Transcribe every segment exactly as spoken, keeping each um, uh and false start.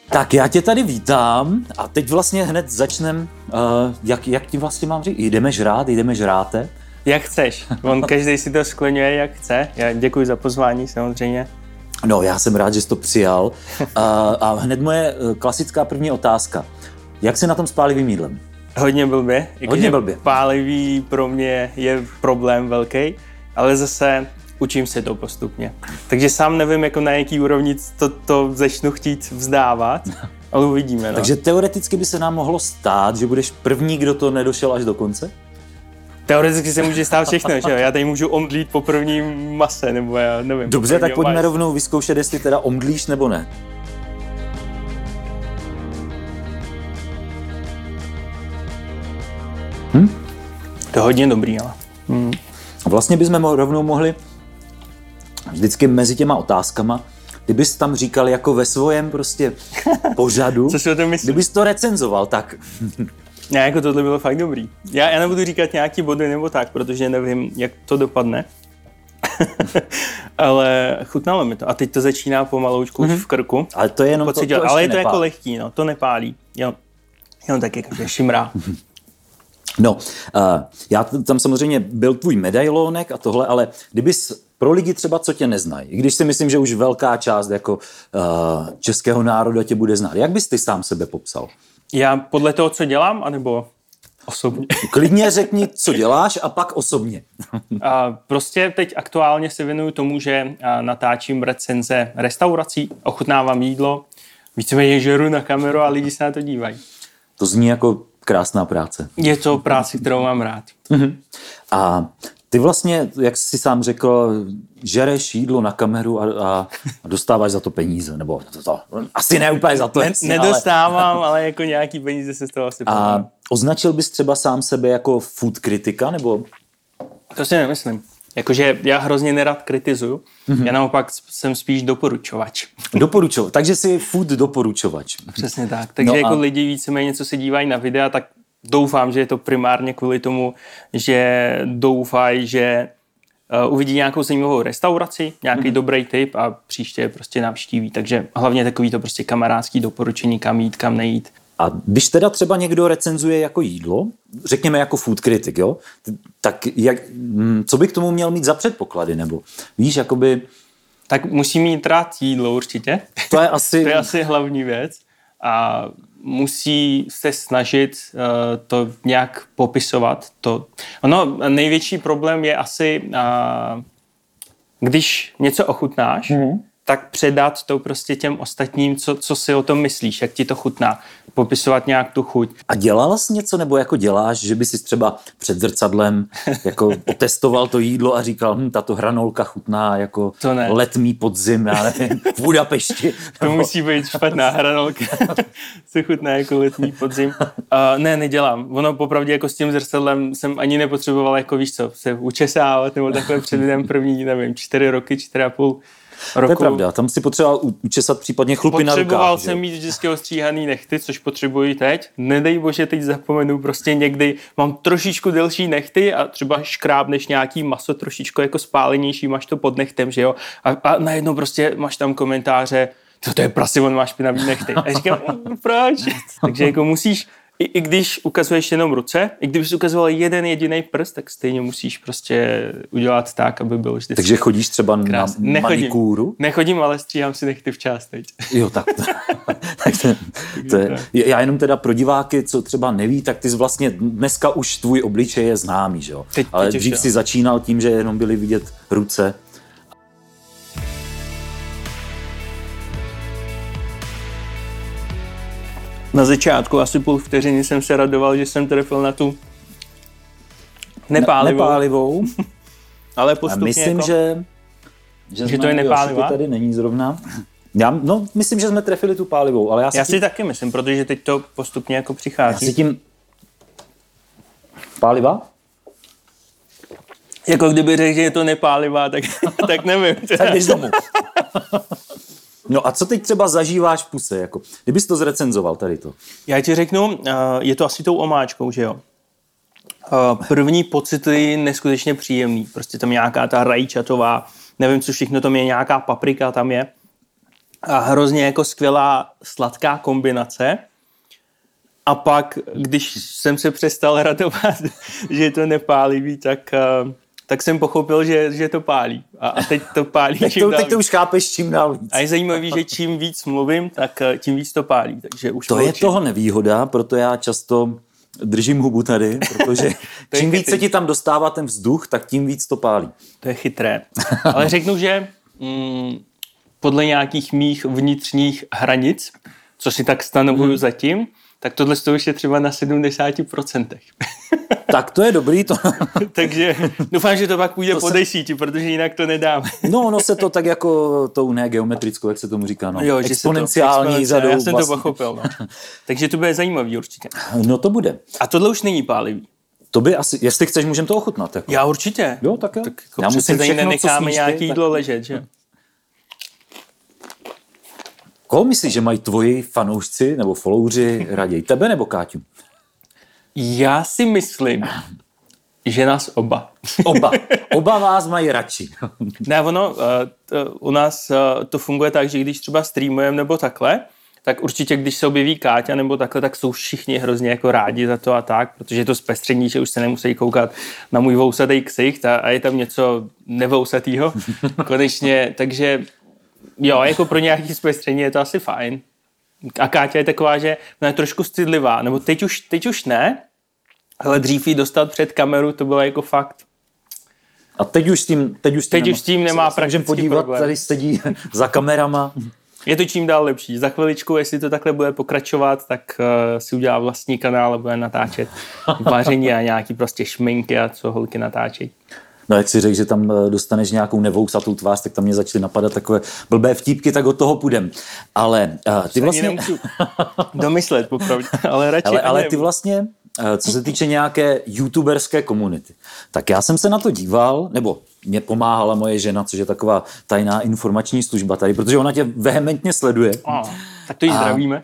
Tak já tě tady vítám a teď vlastně hned začnem, uh, jak, jak ti vlastně mám říct, jdeme žrát, jdeme žráte. Jak chceš, on každý si to skloňuje jak chce, já děkuji za pozvání samozřejmě. No já jsem rád, že jsi to přijal uh, a hned moje klasická první otázka, jak jsi na tom s pálivým jídlem? Hodně blbě, Hodně blbě. Pálivý pro mě je problém velký, ale zase učím se to postupně. Takže sám nevím, jako na jaký úrovni to, to začnu chtít vzdávat, ale uvidíme. No. Takže teoreticky by se nám mohlo stát, že budeš první, kdo to nedošel až do konce? Teoreticky se může stát všechno, že jo? Já tady můžu omdlít po prvním mase, nebo já nevím. Dobře, tak pojďme rovnou vyzkoušet, jestli teda omdlíš nebo ne. Hm? To je hodně dobrý, ale. Hmm. Vlastně bychom rovnou mohli vždycky mezi těma otázkama, kdybys tam říkal jako ve svojem prostě pořadu, co si o tom myslíš? Kdybys to recenzoval, tak... Ne, jako tohle bylo fakt dobrý. Já, já nebudu říkat nějaký body nebo tak, protože nevím, jak to dopadne. Ale chutnalo mi to. A teď to začíná pomaloučku mm-hmm. už v krku. Ale to je jenom to, to Ale je to nepálí. jako lehký, no, to nepálí. Jo, jenom tak jako šimrá. No, uh, já tam samozřejmě byl tvůj medailonek a tohle, ale kdybys pro lidi třeba, co tě neznají, i když si myslím, že už velká část jako uh, českého národa tě bude znát, jak bys ty sám sebe popsal? Já podle toho, co dělám, anebo osobně? Klidně řekni, co děláš a pak osobně. A prostě teď aktuálně se věnuju tomu, že natáčím recenze restaurací, ochutnávám jídlo, víceméně žeru na kameru a lidi se na to dívají. To zní jako krásná práce. Je to práce, kterou mám rád. Uh-huh. A ty vlastně, jak jsi sám řekl, žereš jídlo na kameru a, a, a dostáváš za to peníze, nebo to, to, asi ne úplně za to. Ne, jasně, nedostávám, ale... ale jako nějaký peníze se z toho asi A povím. Označil bys třeba sám sebe jako food kritika, nebo? To si nemyslím. Jakože já hrozně nerad kritizuju, mm-hmm. já naopak jsem spíš doporučovač. Doporučovač, takže jsi food doporučovač. Přesně tak, takže no jako a... lidi víceméně, co se dívají na videa, tak doufám, že je to primárně kvůli tomu, že doufají, že uh, uvidí nějakou zajímavou restauraci, nějaký mm-hmm. dobrý tip a příště prostě navštíví. Takže hlavně takový to prostě kamarádský doporučení, kam jít, kam nejít. A když teda třeba někdo recenzuje jako jídlo, řekněme jako food kritik, jo, tak jak, co by k tomu měl mít za předpoklady, nebo víš, jakoby... Tak musí mít rád jídlo určitě. To je asi... to je asi hlavní věc. A musí se snažit uh, to nějak popisovat. To. Ono, největší problém je asi, uh, když něco ochutnáš, mm-hmm. tak předat to prostě těm ostatním, co, co si o tom myslíš, jak ti to chutná. Popisovat nějak tu chuť. A dělala jsi něco, nebo jako děláš, že by si třeba před zrcadlem jako otestoval to jídlo a říkal, hm, tato hranolka chutná jako letmý podzim, já nevím, v Budapešti. To nebo... musí být špatná hranolka, co chutná jako letmý podzim. Uh, ne, nedělám. Ono popravdě jako s tím zrcadlem jsem ani nepotřeboval, jako víš co, se učesávat, nebo takhle před lidem první, nevím, čtyři roky, čtyři a půl roku. To je pravda, tam si potřeboval učesat případně chlupy na rukách. Potřeboval jsem mít vždycky ostříhaný nechty, což potřebuji teď. Nedej bože, teď zapomenu, prostě někdy mám trošičku delší nechty a třeba škrábneš nějaký maso trošičku jako spálenější, máš to pod nechtem, že jo? A, a najednou prostě máš tam komentáře, to, to je prasy, on má špinavý nechty. A říkám, proč? Takže jako musíš, I, i když ukazuješ jenom ruce, i kdybys ukazoval jeden jediný prst, tak stejně musíš prostě udělat tak, aby byl vždycky. Takže chodíš třeba krásný. Na manikúru? Nechodím, ale stříhám si nechty včas teď. Jo, tak to, tak to, to je, já jenom teda pro diváky, co třeba neví, tak ty jsi vlastně dneska už tvůj obličej je známý, že jo? Teď, ale teď dřív si začínal tím, že jenom byly vidět ruce. Na začátku asi půl vteřiny jsem se radoval, že jsem trefil na tu nepálivou. nepálivou. Ale postupně a myslím, jako, že, že, že to je nepálivá. To tady není zrovna. Já, no, myslím, že jsme trefili tu pálivou, ale já si, já tím... si taky myslím, protože teď to postupně jako přichází. Já si tím... Páliva? Jako kdyby řekl, že je to nepálivá, tak, tak nevím. Tak jdeš domů. No a co teď třeba zažíváš v puse? Jako? Kdybys to zrecenzoval tady to. Já ti řeknu, je to asi tou omáčkou, že jo? První pocity neskutečně příjemný. Prostě tam nějaká ta rajčatová, nevím co všechno tam je, nějaká paprika tam je. a hrozně jako skvělá sladká kombinace. A pak, když jsem se přestal radovat, že je to nepálivý, tak, tak jsem pochopil, že, že to pálí. A, a teď to pálí teď, čím to, dál teď to už chápeš čím dál víc. A je zajímavý, že čím víc mluvím, tak tím víc to pálí. Takže už to je toho nevýhoda, proto já často držím hubu tady, protože čím víc se ti tam dostává ten vzduch, tak tím víc to pálí. To je chytré. Ale řeknu, že mm, podle nějakých mých vnitřních hranic, co si tak stanovuju hmm. zatím, tak tohle to už je třeba na sedmdesát procent. Tak to je dobrý. To... Takže doufám, že to pak půjde to po se... desíti, protože jinak to nedám. No, ono se to tak jako tou ne geometrickou, jak se tomu říká, no. Jo, exponenciální řadou. Já jsem vlastně... to pochopil. No. Takže to bude zajímavý určitě. No to bude. A tohle už není pálivý. To by asi, jestli chceš, můžeme to ochutnat. Jako. Já určitě. Jo, tak jo. Tak jako já musím všechno, necháme nějaký jídlo tak... ležet, že? Koho myslíš, že mají tvoji fanoušci nebo followři raději? Tebe nebo Káťu? Já si myslím, že nás oba. Oba. Oba vás mají radši. Ne, ono, u nás to funguje tak, že když třeba streamujeme nebo takhle, tak určitě, když se objeví Káťa nebo takhle, tak jsou všichni hrozně jako rádi za to a tak, protože je to zpestření, že už se nemusí koukat na můj vousatý ksicht a, a je tam něco nevousatýho konečně, takže jo, jako pro nějaký zpestření je to asi fajn. A Káťa je taková, že je trošku stydlivá, nebo teď už, teď už ne, ale dřív jí dostat před kameru, to bylo jako fakt. A teď už s tím, teď už s tím teď nemá, už s tím nemá praktický podívat, problém. Tady sedí za kamerama. Je to čím dál lepší. Za chviličku, jestli to takhle bude pokračovat, tak uh, si udělá vlastní kanál a bude natáčet vaření a nějaký prostě šminky a co holky natáčejí. No jak si řekl, že tam dostaneš nějakou nevousatou tvář, tak tam mě začaly napadat takové blbé vtípky, tak od toho půjdem. Ale uh, ty vlastně... nemůžu domyslet, popravdě, ale radši... Ale, ale ty vlastně, uh, co se týče nějaké youtuberské komunity, tak já jsem se na to díval, nebo mě pomáhala moje žena, což je taková tajná informační služba tady, protože ona tě vehementně sleduje. A, tak to jí zdravíme.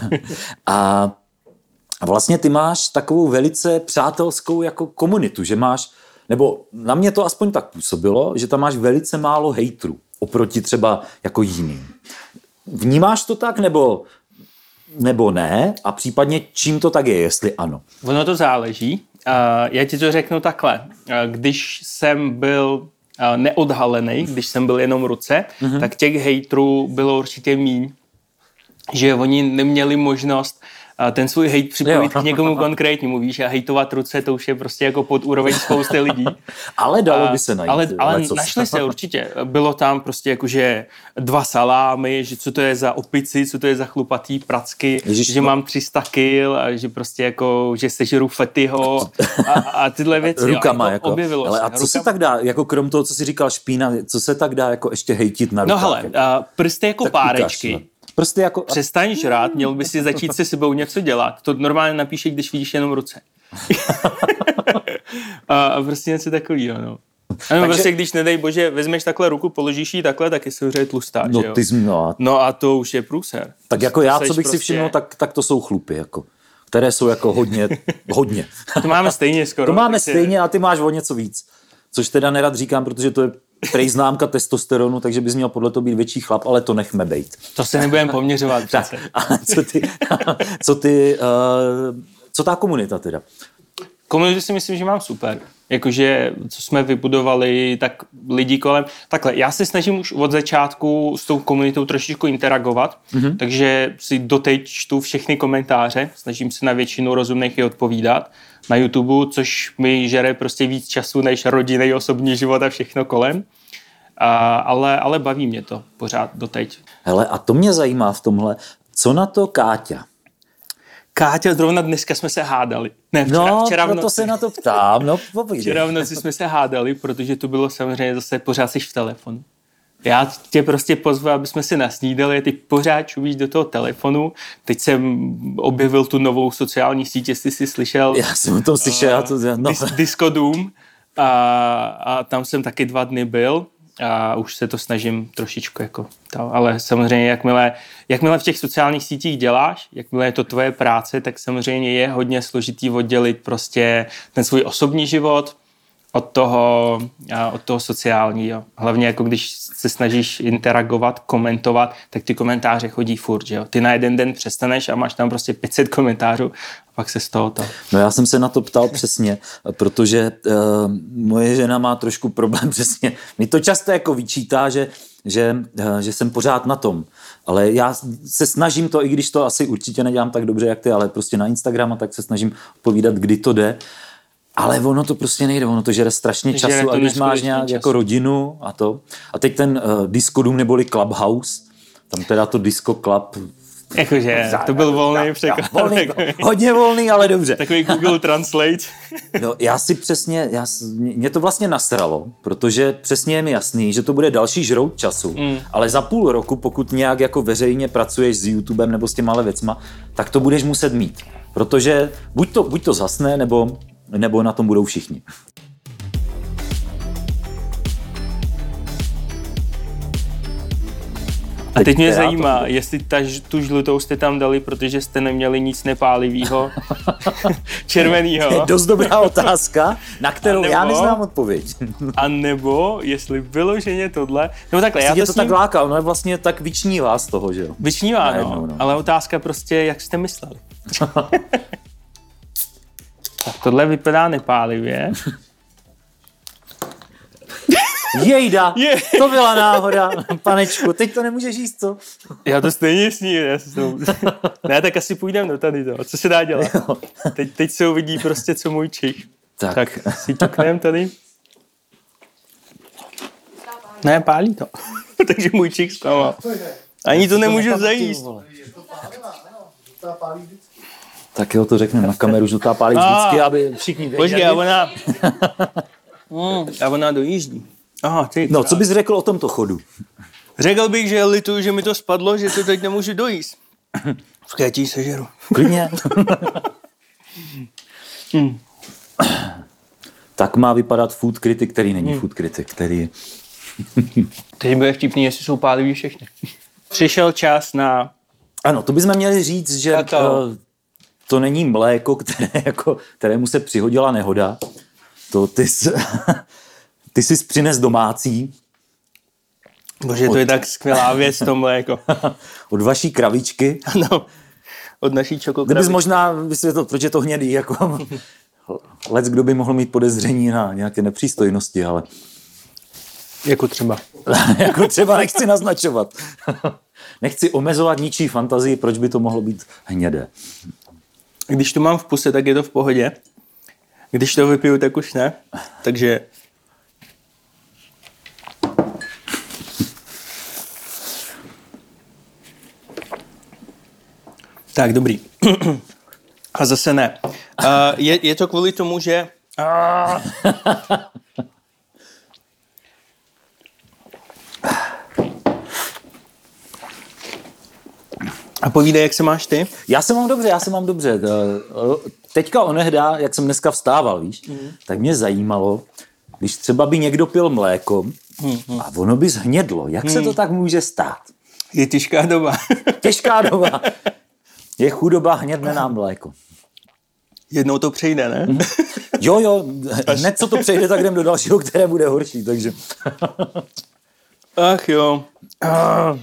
A, a vlastně ty máš takovou velice přátelskou jako komunitu, že máš, nebo na mě to aspoň tak působilo, že tam máš velice málo hejtrů oproti třeba jako jiným. Vnímáš to tak, nebo, nebo ne? A případně čím to tak je, jestli ano? Ono to záleží. Já ti to řeknu takhle. Když jsem byl neodhalený, když jsem byl jenom ruce, mm-hmm. tak těch hejtrů bylo určitě míň. Že oni neměli možnost ten svůj hejt připojit k někomu konkrétnímu, víš, a hejtovat ruce, to už je prostě jako pod úroveň spousty lidí. Ale dalo by se najít. Ale, ale našli se určitě. Bylo tam prostě jakože dva salámy, že co to je za opici, co to je za chlupatý pracky, Ježiš, že no. mám tři sta kil a že prostě jako, že sežeru fetyho a, a tyhle věci. Rukama, jako, jako. Objevilo ale se. A co rukama. Se tak dá, jako krom toho, co jsi říkal špína, co se tak dá jako ještě hejtit na rukách? No hele, uh, prsty jako tak párečky. Ukáž, no. Prsty jako... Přestaň žrát, měl by si začít se sebou něco dělat. To normálně napíše, když vidíš jenom ruce. a prostě něco takového, no. Ano, takže... prostě když, nedej bože, vezmeš takhle ruku, položíš ji takhle, tak je samozřejmě tlustá, no, že jo? Ty jsi, no, a... no a to už je průser. Tak jako já, co bych prostě... si všiml, tak, tak to jsou chlupy, jako, které jsou jako hodně, hodně. To máme stejně skoro. To máme takže... stejně a ty máš o něco víc. Což teda nerad říkám, protože to je prej známka testosteronu, takže bys měl podle toho být větší chlap, ale to nechme bejt. To se nebudeme poměřovat přece. Tak, co ty, co ty, uh, co ta komunita teda? Komunitu si myslím, že mám super. Jakože, co jsme vybudovali, tak lidi kolem. Takhle, já se snažím už od začátku s tou komunitou trošičku interagovat, mm-hmm. takže si doteď čtu všechny komentáře, snažím se na většinu rozumných i odpovídat na YouTube, což mi žere prostě víc času než rodinný, osobní život a všechno kolem. A, ale, ale baví mě to pořád doteď. Hele, a to mě zajímá v tomhle, co na to Káťa? Káťa, zrovna dneska jsme se hádali. Ne, včera, no, včera v noci. proto se na to ptám. No, včera v noci jsme se hádali, protože to bylo samozřejmě zase pořád jsi v telefonu. Já tě prostě pozvu, aby jsme si nasnídali, ty pořád čuvíš do toho telefonu. Teď jsem objevil tu novou sociální síť, jestli jsi slyšel. Já jsem to slyšel. Uh, to, no. Dis- Disco Doom. A, a tam jsem taky dva dny byl. A už se to snažím trošičku jako to, ale samozřejmě jakmile, jakmile v těch sociálních sítích děláš, jakmile je to tvoje práce, tak samozřejmě je hodně složitý oddělit prostě ten svůj osobní život od toho, od toho sociálního. Hlavně jako když se snažíš interagovat, komentovat, tak ty komentáře chodí furt, že jo. Ty na jeden den přestaneš a máš tam prostě pět set komentářů a pak se z toho to... No já jsem se na to ptal přesně, protože uh, moje žena má trošku problém přesně. Mi to často jako vyčítá, že, že, uh, že jsem pořád na tom. Ale já se snažím to, i když to asi určitě nedělám tak dobře, jak ty, ale prostě na Instagram a tak se snažím odpovídat, kdy to jde. Ale ono to prostě nejde, ono to žere strašně času žere a když máš nějak času. Jako rodinu a to. A teď ten uh, Disco Dům neboli Clubhouse, tam teda to Disco Club... Jakože, to byl volný překlad. Volný, hodně volný, ale dobře. Takový Google Translate. No, já si přesně, já, mě to vlastně nasralo, protože přesně je mi jasný, že to bude další žrout času, mm. ale za půl roku, pokud nějak jako veřejně pracuješ s YouTubem nebo s těma věcma, tak to budeš muset mít. Protože buď to, buď to zasne, nebo, nebo na tom budou všichni. A teď mě zajímá, to... jestli ta, tu žlutou jste tam dali, protože jste neměli nic nepálivýho, červenýho. To je dost dobrá otázka, na kterou nebo, já neznám odpověď. A nebo, jestli vyloženě tohle, nebo takhle, já to, to ním... tak láká, ono je vlastně tak vyčnívá z toho, že jo? Vyčnívá, no, no, ale otázka prostě, jak jste mysleli. Tak tohle vypadá nepálivě. Jejda, je. To byla náhoda, panečku, teď to nemůžeš jíst, co? Já to stejně sním, já se to... Ne, tak asi půjdeme do tady toho, co se dá dělat? Teď, teď se uvidí prostě, co můj čich. Tak, tak si ťukneme tady. Ne, pálí to. Takže můj čich zklamal. Ani to nemůžu zajíst. Tak jo, to řekneme na kameru, žlutá pálí vždycky, aby všichni věděli. Počkej, a ona... Mm, a ona dojíždí. Aha, ty. No, co bys řekl o tomto chodu? Řekl bych, že lituju, že mi to spadlo, že to teď nemůžu dojíst. Počkej, já ti sežeru. Klidně. mm. Tak má vypadat food critic, který není mm. food critic, který... Teď bude vtipný, jestli jsou pálivý všechny. Přišel čas na... Ano, to bychom měli říct, že uh, to není mléko, které, jako, kterému se přihodila nehoda. To ty jsi, ty jsi přines domácí. Bože, od, to je tak skvělá věc, to mléko. Od vaší kravičky. Ano, od naší čokokravičky. Kdybys možná vysvětlil, proč je to hnědý. Jako, lec, kdo by mohl mít podezření na nějaké nepřístojnosti, ale... Jako třeba. Jako třeba nechci naznačovat. Nechci omezovat ničí fantazii, proč by to mohlo být hnědé. Když to mám v puse, tak je to v pohodě. Když to vypiju, tak už ne. Takže... Tak, dobrý. A zase ne. Uh, je, je to kvůli tomu, že... Uh... A povídej, jak se máš ty? Já se mám dobře, já se mám dobře. Teďka onehdá, jak jsem dneska vstával, víš, mm. tak mě zajímalo, když třeba by někdo pil mléko mm. a ono by zhnědlo. Jak mm. se to tak může stát? Je těžká doba. Těžká doba. Je chudoba, hnědne nám mléko. Jednou to přejde, ne? Mm. Jo, jo, hned co to přejde, tak jdem do dalšího, které bude horší, takže... Ach jo. Ah.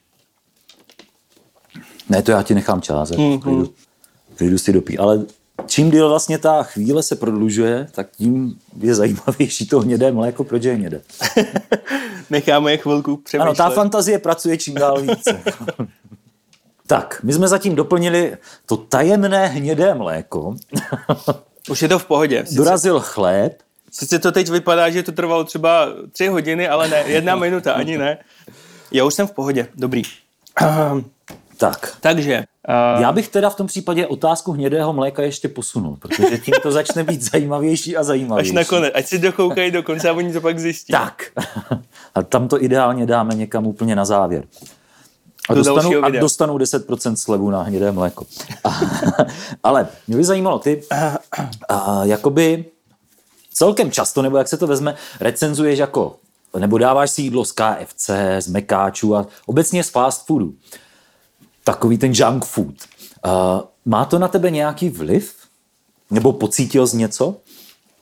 Ne, to já ti nechám čas, mm-hmm. přijdu si dopít. Ale čím díl vlastně ta chvíle se prodlužuje, tak tím je zajímavější to hnědé mléko, proč je hnědé. Necháme je chvilku přemýšlet. Ano, ta fantazie pracuje čím dál více. Tak, my jsme zatím doplnili to tajemné hnědé mléko. Už je to v pohodě. Sice, dorazil chléb. Sice to teď vypadá, že to trvalo třeba tři hodiny, ale ne, jedna minuta, ani ne. Já už jsem v pohodě, dobrý. Tak. Takže. Uh, já bych teda v tom případě otázku hnědého mléka ještě posunul, protože tím to začne být zajímavější a zajímavější. Až nakonec, ať si dokoukají do konce a oni to pak zjistí. Tak. A tam to ideálně dáme někam úplně na závěr. A dostanou, a dostanou deset procent slevu na hnědé mléko. Ale mě by zajímalo, ty a, jakoby celkem často, nebo jak se to vezme, recenzuješ jako, nebo dáváš si jídlo z K F C, z mekáčů a obecně z fast foodu. Takový ten junk food. Uh, má to na tebe nějaký vliv? Nebo pocítil jsi něco?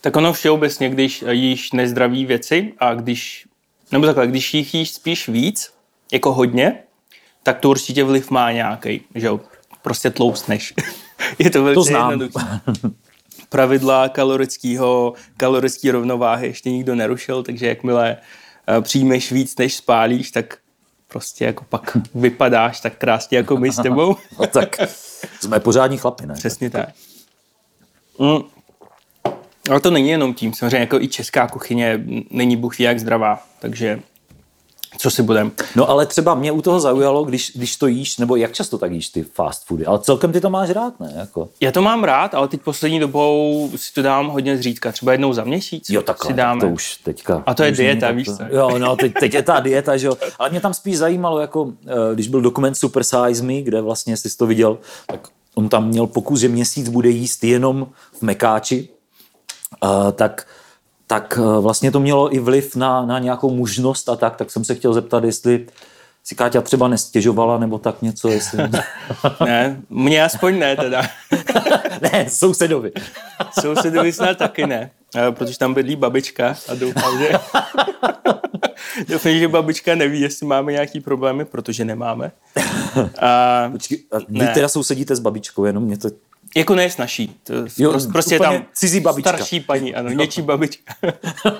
Tak ono všeobecně, když jíš nezdraví věci a když, nebo takhle, když jich jíš spíš víc, jako hodně, tak to určitě vliv má nějaký, že jo, prostě tloustneš. Je to velice jednoduché. Pravidla kalorického, kalorické rovnováhy ještě nikdo nerušil, takže jakmile přijmeš víc, než spálíš, tak prostě jako pak vypadáš tak krásně jako my s tebou. No tak jsme pořádní chlapi, ne? Přesně tak. Mm. Ale to není jenom tím, samozřejmě jako i česká kuchyně není bůh ví jak zdravá, takže co si budem. No ale třeba mě u toho zaujalo, když, když to jíš, nebo jak často tak jíš ty fast foody, ale celkem ty to máš rád, ne? Jako. Já to mám rád, ale teď poslední dobou si to dám hodně zřídka, třeba jednou za měsíc. Jo, takhle, si dáme. Tak to už teďka. A to je už dieta, víš co? Jo, no, teď, teď je ta dieta, že jo. Ale mě tam spíš zajímalo, jako když byl dokument Super Size Me, kde vlastně jsi to viděl, tak on tam měl pokus, že měsíc bude jíst jenom v mekáči, uh, tak tak vlastně to mělo i vliv na, na nějakou mužnost a tak, tak jsem se chtěl zeptat, jestli si Káťa třeba nestěžovala nebo tak něco, jestli... Ne, mě aspoň ne teda. Ne, sousedovi. Sousedovi snad taky ne, protože tam bydlí babička a doufám, že... doufám, že babička neví, jestli máme nějaký problémy, protože nemáme. A... Počkej, a vy ne. teda sousedíte s babičkou, jenom mě to... Jako ne s naší. To jo, prostě, prostě je tam cizí babička. Starší paní, ano, něčí babička. uh,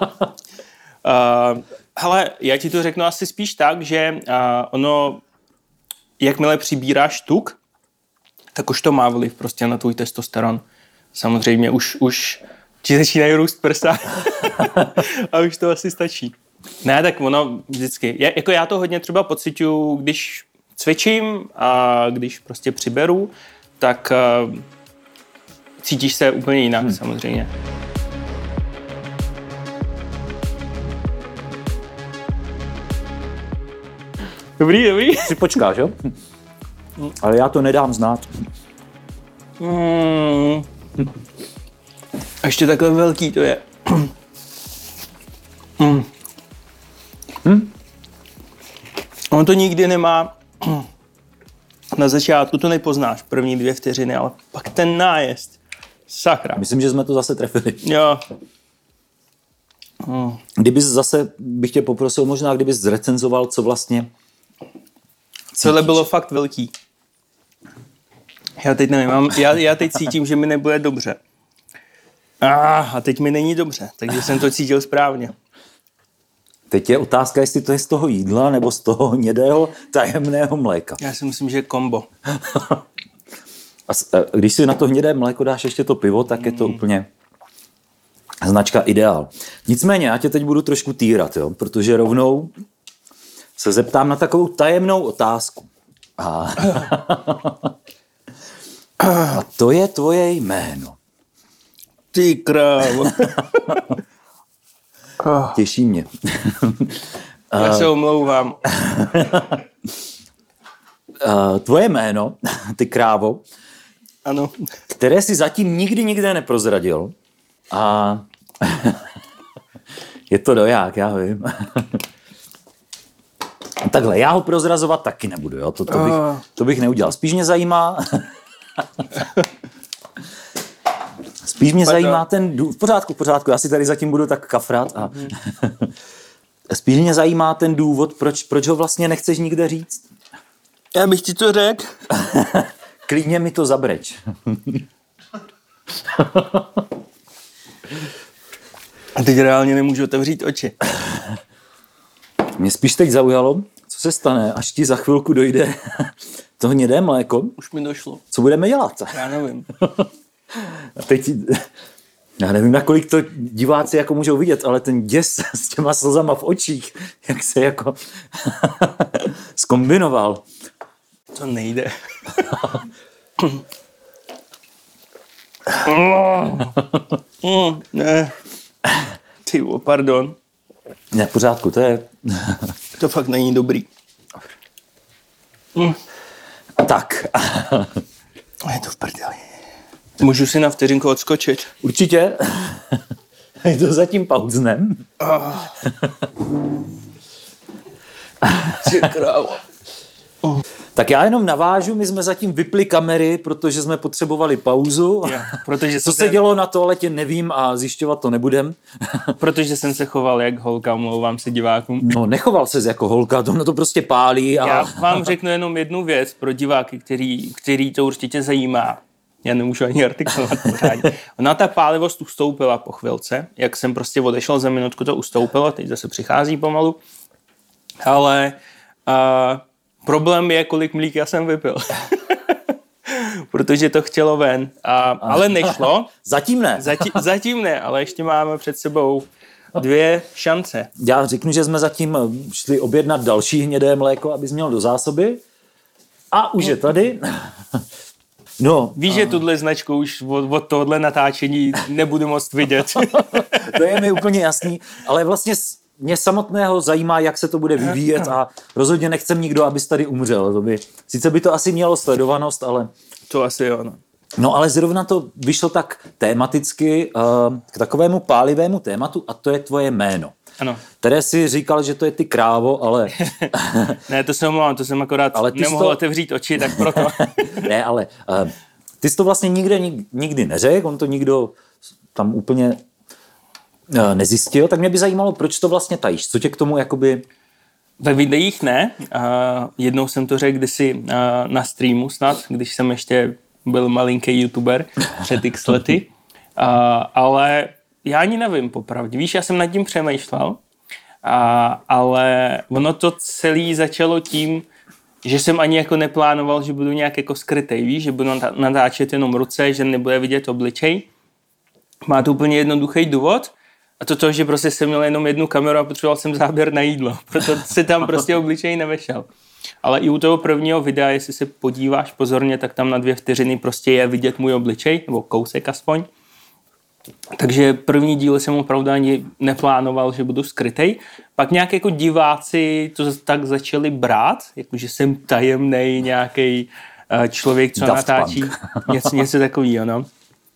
hele, já ti to řeknu asi spíš tak, že uh, ono, jakmile přibíráš tuk, tak už to má vliv prostě na tvůj testosteron. Samozřejmě už, už ti začínají růst prsa a už to asi stačí. Ne, tak ono vždycky. Já, jako já to hodně třeba pociťuju, když cvičím a když prostě přiberu, tak uh, cítíš se úplně jinak, hmm. samozřejmě. Dobrý, dobrý. Si počkáš, jo? Ale já to nedám znát. Mm. A ještě takhle velký to je. Mm. Hm? On to nikdy nemá... Na začátku to nepoznáš, první dvě vteřiny, ale pak ten nájezd. Sakra. Myslím, že jsme to zase trefili. Jo. Hmm. Kdybys zase, bych tě poprosil možná, kdybys zrecenzoval, co vlastně Tohle bylo fakt velký. Já teď nevím, mám, já, já teď cítím, že mi nebude dobře. Ah, a teď mi není dobře, takže jsem to cítil správně. Teď je otázka, jestli to je z toho jídla nebo z toho hnědého tajemného mléka. Já si myslím, že kombo. A když si na to hnědé mléko dáš ještě to pivo, tak je to mm. úplně značka ideál. Nicméně, já tě teď budu trošku týrat, jo, protože rovnou se zeptám na takovou tajemnou otázku. A, a to je tvoje jméno. Ty krávo. Těší mě. Já se omlouvám. Tvoje jméno, ty krávo, ano. které si zatím nikdy nikde neprozradil. A je to doják, já vím. Takhle, já ho prozrazovat taky nebudu, jo? To, to, bych, to bych neudělal. Spíš mě zajímá... Spíš mě zajímá ten důvod, v pořádku, v pořádku, já si tady zatím budu tak kafrat a spíš mě zajímá ten důvod, proč, proč ho vlastně nechceš nikde říct. Já bych ti to řekl. Klidně mi to zabreč. A teď reálně nemůžu otevřít oči. Mě spíš teď zaujalo, co se stane, až ti za chvilku dojde to hnědé mléko. Už mi došlo. Co budeme dělat? Já nevím. A teď, já nevím, nakolik to diváci jako můžou vidět, ale ten děs s těma slzama v očích, jak se jako zkombinoval. To nejde. mm, ne. Ty, pardon. Ne, v pořádku, to je... To fakt není dobrý. Mm. Tak. Je to v prdeli. Můžu si na vteřinku odskočit? Určitě. Je to zatím pauznem. Oh. Ty krávo. Oh. Tak já jenom navážu, my jsme zatím vypli kamery, protože jsme potřebovali pauzu. Jo, protože Co se dělo na toaletě, nevím a zjišťovat to nebudem. Protože jsem se choval jak holka, omlouvám se divákům. No, nechoval ses jako holka, to, to prostě pálí. A... Já vám řeknu jenom jednu věc pro diváky, který, který to určitě zajímá. Já nemůžu ani artikulovat pořádně. Ona ta pálivost ustoupila po chvilce, jak jsem prostě odešel za minutku, to ustoupilo, teď zase přichází pomalu. Ale uh, problém je, kolik mlíka jsem vypil. Protože to chtělo ven. A, ale nešlo. Zatím ne. Zatím, zatím ne, ale ještě máme před sebou dvě šance. Já řeknu, že jsme zatím šli objednat další hnědé mléko, abys měl do zásoby. A už je tady. No, Víš, že tuhle značku už od, od tohohle natáčení nebudu moct vidět. To je mi úplně jasný, ale vlastně mě samotného zajímá, jak se to bude vyvíjet a rozhodně nechcem nikdo, abys tady umřel. To by, sice by to asi mělo sledovanost, ale... To asi jo, no. No ale zrovna to vyšlo tak tematicky uh, k takovému pálivému tématu a to je tvoje jméno. Ano. Které si říkal, že to je ty krávo, ale... Ne, to jsem omlouvám, to jsem akorát nemohl to... otevřít oči, tak proto. Ne, ale uh, ty jsi to vlastně nikde nik, nikdy neřekl, on to nikdo tam úplně uh, nezjistil, tak mě by zajímalo, proč to vlastně tajíš, co tě k tomu jakoby... Ve videích ne, uh, jednou jsem to řekl kdysi uh, na streamu snad, když jsem ještě byl malinký youtuber před x lety, uh, ale já ani nevím popravdě, víš, já jsem nad tím přemýšlel, a, ale ono to celé začalo tím, že jsem ani jako neplánoval, že budu nějak jako skrytej, víš, že budu natáčet jenom ruce, že nebude vidět obličej. Má to úplně jednoduchý důvod a to to, že prostě jsem měl jenom jednu kameru a potřeboval jsem záběr na jídlo, proto se tam prostě obličej nevešel. Ale i u toho prvního videa, jestli se podíváš pozorně, tak tam na dvě vteřiny prostě je vidět můj obličej, nebo kousek aspoň. Takže první díl jsem opravdu ani neplánoval, že budu skrytej. Pak nějak jako diváci to tak začali brát, jakože jsem tajemnej nějaký člověk, co Daft natáčí něco, něco takového. No. Uh,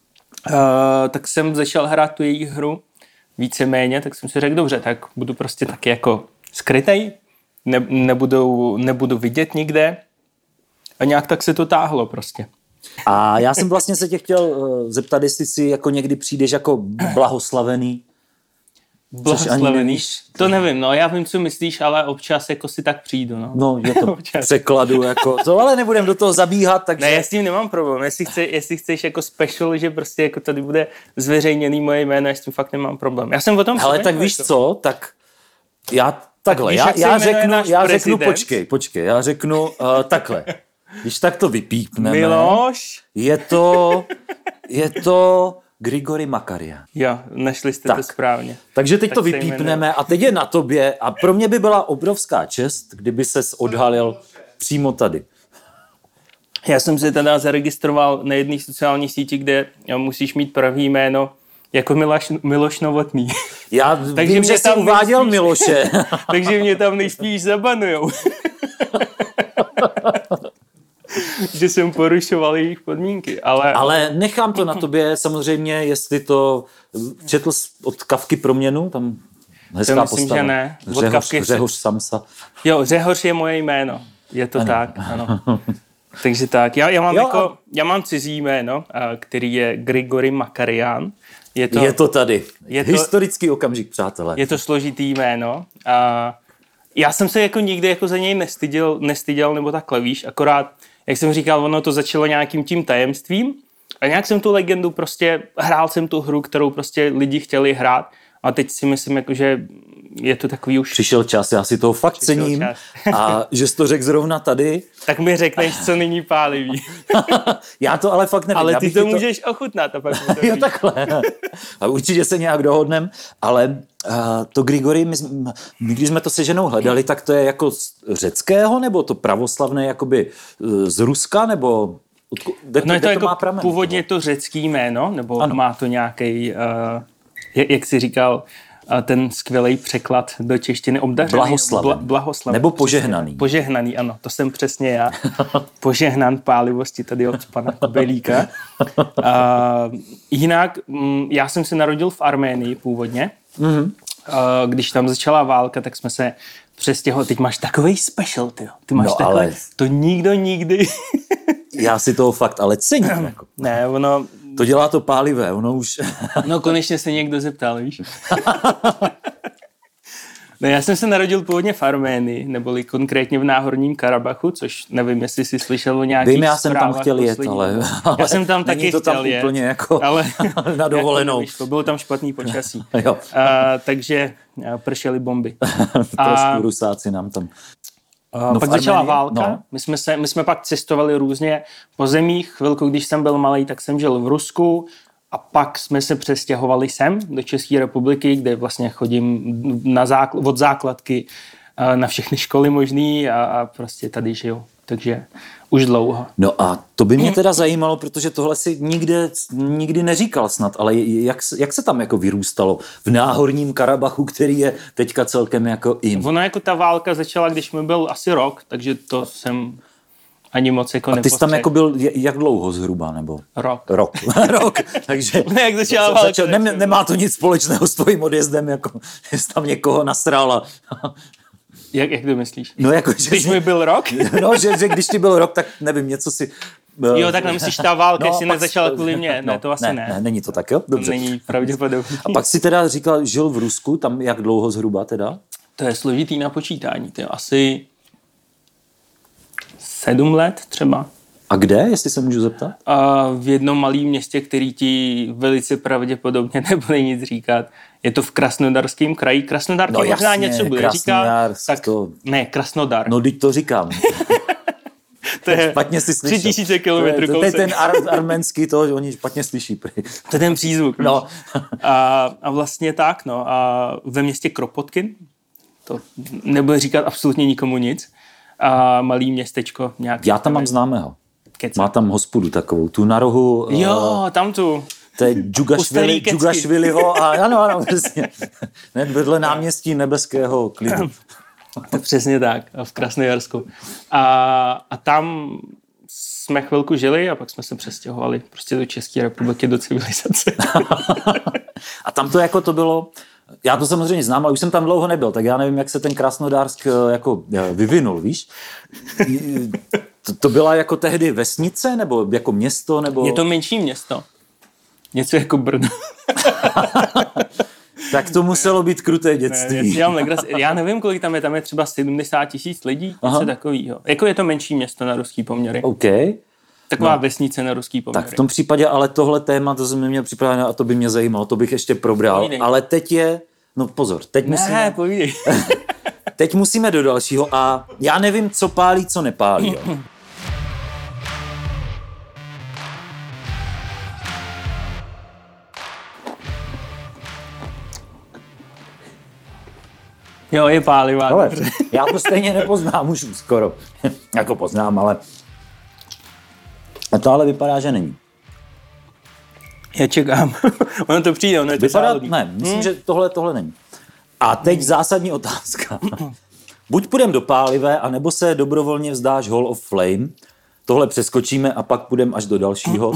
tak jsem začal hrát tu jejich hru víceméně, tak jsem si řekl, dobře, tak budu prostě taky jako skrytej, ne, nebudu, nebudu vidět nikde. A nějak tak se to táhlo prostě. A já jsem vlastně se tě chtěl zeptat, jestli si jako někdy přijdeš jako blahoslavený. Blahoslavený? To nevím, no já vím, co myslíš, ale občas jako si tak přijdu, no. No, je to překladu, jako to, ale nebudem do toho zabíhat, takže... Ne, já s tím nemám problém, jestli, chce, jestli chceš jako special, že prostě jako tady bude zveřejněný moje jméno, já s tím fakt nemám problém. Já jsem o tom... Ale tak víš co, tak já takhle, tak víš, já, já řeknu, já řeknu, počkej, počkej, já řeknu uh, takhle. Když tak to vypípneme, Miloš? je to, je to Grigory Makarian. Jo, našli jste tak. to správně. Takže teď tak to vypípneme a teď je na tobě a pro mě by byla obrovská čest, kdyby ses odhalil přímo tady. Já jsem se teda zaregistroval na jedné sociální síti, kde musíš mít pravý jméno jako Miloš, Miloš Novotný. Já takže vím, že jsi uváděl nejspíš, Miloše. Takže mě tam nejspíš zabanujou. Že jsem porušoval jejich podmínky, ale... Ale nechám to na tobě, samozřejmě, jestli to četl od Kafky Proměnu, tam hezká to myslím, postava. Že ne. Od Řehoř, Kafky Řehoř Samsa. Jo, Řehoř je moje jméno. Je to ano. tak, ano. Takže tak, já, já, mám, jo, jako, a... já mám cizí jméno, který je Grigory Makarian. Je to, je to tady. Je to, historický okamžik, přátelé. Je to složitý jméno. A já jsem se jako nikdy jako za něj nestyděl, nestyděl nebo takhle, víš, akorát jak jsem říkal, ono to začalo nějakým tím tajemstvím a nějak jsem tu legendu prostě, hrál jsem tu hru, kterou prostě lidi chtěli hrát a teď si myslím, jako, že je to takový už... Přišel čas, já si toho fakt cením a že jsi to řekl zrovna tady. Tak mi řekneš, co není pálivý. Já to ale fakt nevím. Ale ty to, to můžeš ochutnat a pak to jo, takhle. A určitě se nějak dohodnem, ale uh, to Grigory, my, my, když jsme to se ženou hledali, tak to je jako z řeckého, nebo to pravoslavné jakoby z Ruska, nebo... Odku, kde to, no je to, to jako má pramen, původně to řecký jméno, nebo ano. Má to nějaký, uh, jak, jak jsi říkal, uh, ten skvělý překlad do češtiny obdařený. Blahoslaven. Bla, blahoslaven. Nebo požehnaný. Požehnaný, ano, to jsem přesně já. Požehnan pálivosti tady od pana Kubelíka. Uh, jinak, um, já jsem se narodil v Arménii původně. Mm-hmm. Uh, když tam začala válka, tak jsme se přestěho. Teď máš takovej special, tyjo. Ty máš No, takový, ale- to nikdo nikdy. Já si toho fakt ale cením. Jako. Ne, ono, To dělá to pálivé, ono už... no konečně se někdo zeptal, víš. No, já jsem se narodil původně v Arménii, neboli konkrétně v Náhorním Karabachu, což nevím, jestli jsi slyšel o nějakých Vím, já jsem tam zprávách chtěl jet, poslední ale, době. ale Já jsem tam není taky to tam chtěl jet, úplně jako ale na dovolenou. jako nevyšlo, bylo tam špatný počasí. Jo. A, takže a, pršely bomby. Trošku Rusáci nám tam... A, No pak v začala Arménii, válka. no. My, jsme se, my jsme pak cestovali různě po zemích. Chvilku, když jsem byl malý, tak jsem žil v Rusku. A pak jsme se přestěhovali sem do České republiky, kde vlastně chodím na zákl- od základky a, na všechny školy možný a, a prostě tady žiju. Takže už dlouho. No a to by mě teda zajímalo, protože tohle si nikde, nikdy neříkal snad, ale jak, jak se tam jako vyrůstalo v Náhorním Karabachu, který je teďka celkem jako in? Ono jako ta válka začala, když mi byl asi rok, takže to jsem ani moc jako A ty jsi tam nepostřehl. jako byl jak dlouho zhruba, nebo? Rok. Rok. Rok. Takže Ne, jak začala válka, začal, tak ne, jsem- nemá to nic společného s tvojím odjezdem, jako jsi tam někoho nasrala. Jak, jak to myslíš? No jako, že, Když mi byl rok? no, že, že když ti byl rok, tak nevím, něco si... Jo, tak nemyslíš, ta válka No, jestli pak- nezačala kvůli mně. Ne, no, to asi ne, ne. ne. Není to tak, jo? To Dobře. není pravděpodobný. A pak si teda říkal, žil v Rusku, tam jak dlouho zhruba teda? To je složitý na počítání. To je asi sedm let třeba. A kde, jestli se můžu zeptat? A v jednom malém městě, který ti velice pravděpodobně nebude nic říkat. Je to v Krasnodarském kraji. Krasnodar No ti možná jasně, něco bude říkat. Krasnojarsk, Tak to- ne, Krasnodar. No, teď to říkám. to je Špatně si slyšel. tři tisíce kilometrů To je, to je kousek. ten ar- arménský, to oni špatně slyší. prý. To je ten přízvuk. No. A, a vlastně tak, no. A ve městě Kropotkin, to nebude říkat absolutně nikomu nic. A malý městečko nějaký. Já tam mám známého. Kecam. Má tam hospodu takovou, tu na rohu. Jo, tam tu. To je Ustalý Džugašvili, kecky. Džugašviliho a ano, ano, přesně. Ne, vedle náměstí nebeského klidu. To přesně tak, v Krasnojarsku. A, a tam jsme chvilku žili a pak jsme se přestěhovali prostě do České republiky, do civilizace. A tam to jako to bylo, já to samozřejmě znám, ale už jsem tam dlouho nebyl, tak já nevím, jak se ten Krasnodarsk jako vyvinul, víš? To, to byla jako tehdy vesnice, nebo jako město, nebo... Je to menší město. Něco jako Brno. Tak to muselo být kruté Ne, dětství. já, legras, já nevím, kolik tam je, tam je třeba sedmdesát tisíc lidí, něco takového. Jako je to menší město na ruský poměry. OK. Taková no. vesnice na ruský poměry. Tak v tom případě, ale tohle téma, to jsem měl připravené a to by mě zajímalo, to bych ještě probral. Povídej. Ale teď je, no pozor, teď Ne, musíme, povídej. teď musíme do dalšího a já nevím, co pálí, co nepálí. Jo. Jo, je pálivá. Ale já to stejně nepoznám už skoro. Jako poznám, ale... A to ale vypadá, že není. Já čekám. Ono to přijde, ono je to Vypadá, závodí. ne, myslím, hmm. že tohle, tohle není. A teď zásadní otázka. Buď půjdeme do pálivé, anebo se dobrovolně vzdáš Hall of Flame. Tohle přeskočíme a pak půjdeme až do dalšího.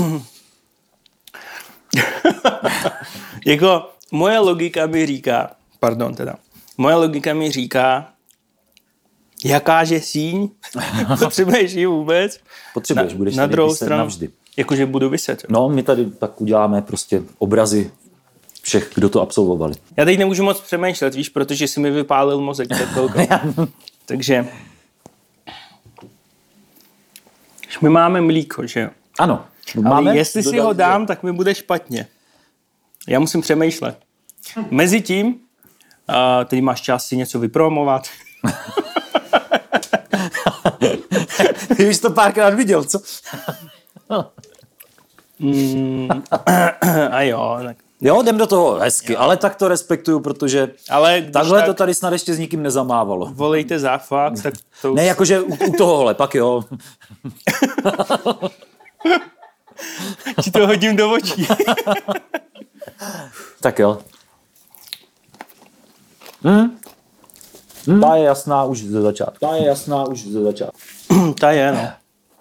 Jako moje logika mi říká, pardon teda, moje logika mi říká, jakáže síň, potřebuješ ji vůbec. Potřebuješ, na, budeš na tady druhou vyset stranu, navždy. jakože budu vyset. No, my tady tak uděláme prostě obrazy všech, kdo to absolvovali. Já teď nemůžu moc přemýšlet, víš, protože si mi vypálil mozek před chvilkou. Takže my máme mlíko, že jo? Ano. Ale Máme jestli si dodat- ho dám, tak mi bude špatně. Já musím přemýšlet. Mezitím, uh, teď máš čas si něco vypromovat. Ty už to párkrát viděl, co? mm, a jo, tak. Jo, jdem do toho hezky, ale tak to respektuju, protože Ale když takhle tak to tady snad ještě s nikým nezamávalo. volejte záfakt, tak to Ne, jakože u, u tohohle, pak jo. ti to hodím do očí. Tak jo. Hm? Hm? Ta je jasná už ze začátku. Ta je jasná už ze začátku. Ta je, no.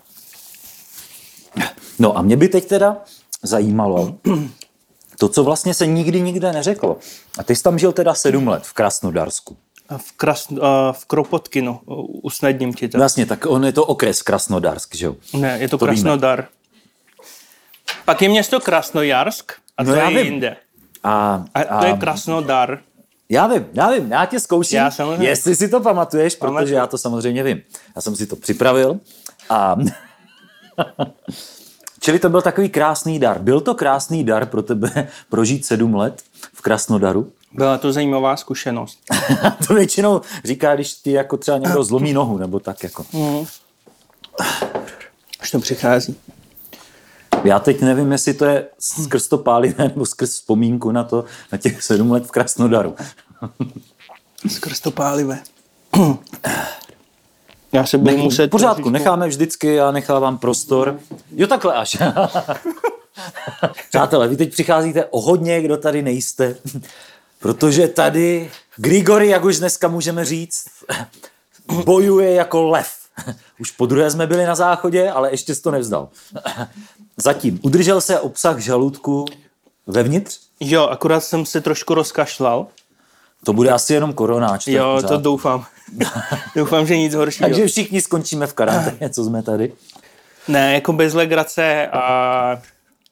No a mě by teď teda zajímalo to, co vlastně se nikdy nikde neřeklo. A ty jsi tam žil teda sedm let v Krasnodarsku. V, Krasno, v Kropotkinu, usnadním ti to. Jasně, tak on je to okres Krasnodarsk, že jo? Ne, je to, to Krasnodar. Víme. Pak je město Krasnojarsk a no to já je vím. jinde. A, a, a to je Krasnodar. Já vím, já vím, já tě zkouším, já samozřejmě. Jestli si to pamatuješ, Pamatuju. protože já to samozřejmě vím. Já jsem si to připravil a... Čili to byl takový krásný dar. Byl to krásný dar pro tebe prožít sedm let v Krasnodaru? Byla to zajímavá zkušenost. To většinou říká, když ti jako třeba někdo zlomí nohu, nebo tak jako. Mm. Už to přichází. Já teď nevím, jestli to je skrz to pálivé, nebo skrz vzpomínku na to, na těch sedm let v Krasnodaru. Skrz to pálivé. Já se budu Nech, muset... V pořádku, trošičku. Necháme vždycky, já nechávám prostor. Jo, takhle až. Přátelé, vy teď přicházíte o hodně, kdo tady nejste, protože tady Grigori, jak už dneska můžeme říct, bojuje jako lev. Už po druhé jsme byli na záchodě, ale ještě jsi to nevzdal. Zatím. Udržel se obsah žaludku vevnitř? Jo, akorát jsem se trošku rozkašlal. To bude asi jenom koronáč. Jo, to doufám. Doufám, že nic horšího. Takže všichni skončíme v karanténě, co jsme tady. Ne, jako bez legrace a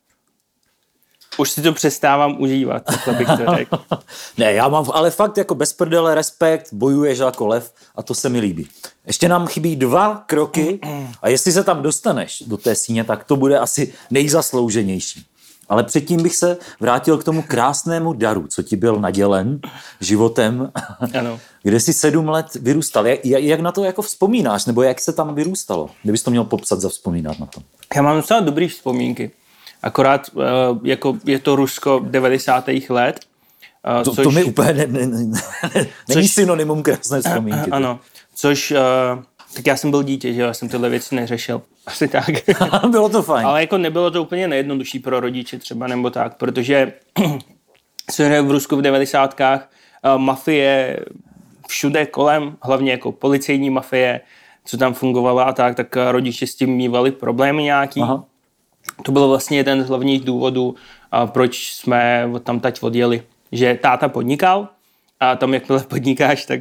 už si to přestávám užívat, tak bych to řekl. Ne, já mám ale fakt jako bez prdele respekt, bojuješ jako lev a to se mi líbí. Ještě nám chybí dva kroky a jestli se tam dostaneš do té síně, tak to bude asi nejzaslouženější. Ale předtím bych se vrátil k tomu krásnému daru, co ti byl nadělen životem, ano. Kde jsi sedm let vyrůstal. Jak, jak na to jako vzpomínáš, nebo jak se tam vyrůstalo? Kdybys to měl popsat, zavzpomínat na to. Já mám docela dobrý vzpomínky. Akorát jako je to Rusko devadesátých let. To, což, to mi úplně ne, ne, ne, ne, není synonymum krásné vzpomínky. Ano, což... Tak já jsem byl dítě, že jo, já jsem tyhle věci neřešil. Asi tak. Bylo to fajn. Ale jako nebylo to úplně nejjednodušší pro rodiče třeba, nebo tak, protože se v Rusku v devadesátkách uh, mafie všude kolem, hlavně jako policejní mafie, co tam fungovala a tak, tak rodiče s tím mívali problémy nějaký. Aha. To byl vlastně jeden z hlavních důvodů, uh, proč jsme tam teď odjeli. Že táta podnikal a tam jakmile podnikáš, tak...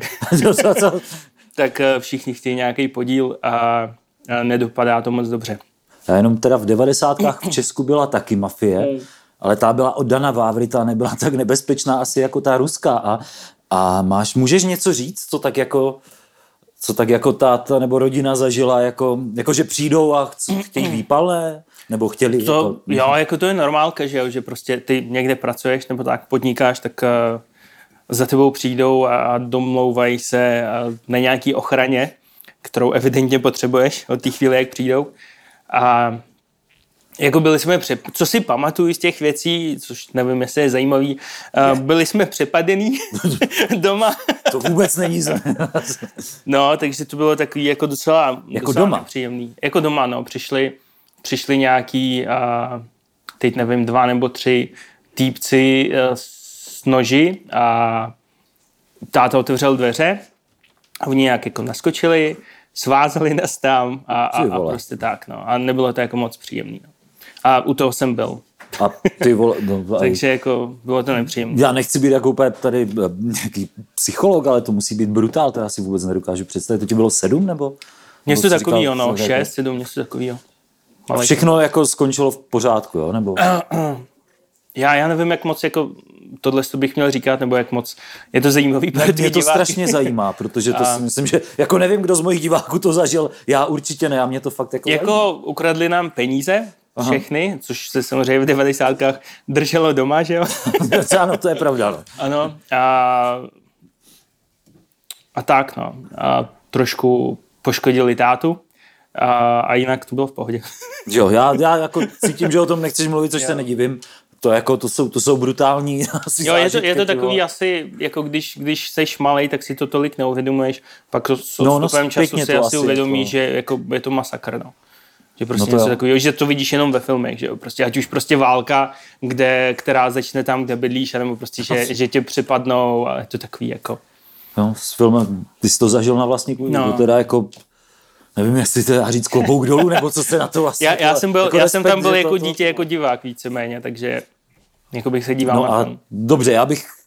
tak všichni chtějí nějaký podíl a nedopadá to moc dobře. A jenom teda v devadesátkách v Česku byla taky mafie, ale ta byla od Dana Vávrita, nebyla tak nebezpečná asi jako ta ruská. A, a máš, můžeš něco říct, co tak jako, co tak jako táta nebo rodina zažila, jako, jako že přijdou a chtějí výpalné? Nebo chtěli... To, jako... Jo, jako to je normálka, že, jo, že prostě ty někde pracuješ nebo tak podnikáš, tak... Uh... za tebou přijdou a domlouvají se na nějaký ochraně, kterou evidentně potřebuješ od té chvíle, jak přijdou. A jako byli jsme, přep... co si pamatuju z těch věcí, což nevím, jestli je zajímavý, byli jsme přepadený doma. To vůbec není zajímavé. No, takže to bylo takový jako docela, jako docela doma. Nepříjemný. Jako doma, no, přišli, přišli nějaký, a teď nevím, dva nebo tři týpci s noži a táta otevřel dveře a oni nějak jako naskočili, svázali nás tam a, a, a prostě tak, no. A nebylo to jako moc příjemný. No. A u toho jsem byl. A ty vole, no, takže jako bylo to nepříjemné. Já nechci být jako úplně tady nějaký psycholog, ale to musí být brutál, to já si vůbec nedokážu představit. To ti bylo sedm nebo? Něco takovýho, no, šest, sedm, něco takovýho. A všechno jako skončilo v pořádku, jo? Nebo... Já, já nevím, jak moc jako tohle bych měl říkat, nebo jak moc je to zajímavý pro ty Mě to diváky. strašně zajímá, protože to a... si myslím, že jako nevím, kdo z mojich diváků to zažil, já určitě ne, a mě to fakt jako Jako zajímá. ukradli nám peníze, všechny, Aha. což se samozřejmě v devadesátkách drželo doma, že jo? Ano, to je pravda. No. Ano, a, a tak, no. A trošku poškodili tátu. A, a jinak to bylo v pohodě. Jo, já, já jako cítím, že o tom nechceš mluvit, což jo. se nedivím. To, jako, to, jsou, to jsou brutální asi jo, je to, zážitky, je to takový asi, jako když, když seš malej, tak si to tolik neuvědomuješ, pak s no, odstupem no, času si asi uvědomíš, to... že jako, je to masakr, no. Že prostě no něco takového, že to vidíš jenom ve filmech, že jo, prostě ať už prostě válka, kde, která začne tam, kde bydlíš, nebo prostě, že, že tě připadnou a je to takový jako... No, s filmem, ty jsi to zažil na vlastní kůži, no. teda jako... Nevím, jestli to dá říct klobouk dolů, nebo co se na to vlastně... Já, já, jsem, byl, jako já jsem tam byl jako to, dítě, jako divák víceméně, takže jako bych se díval no na a film. Dobře, já bych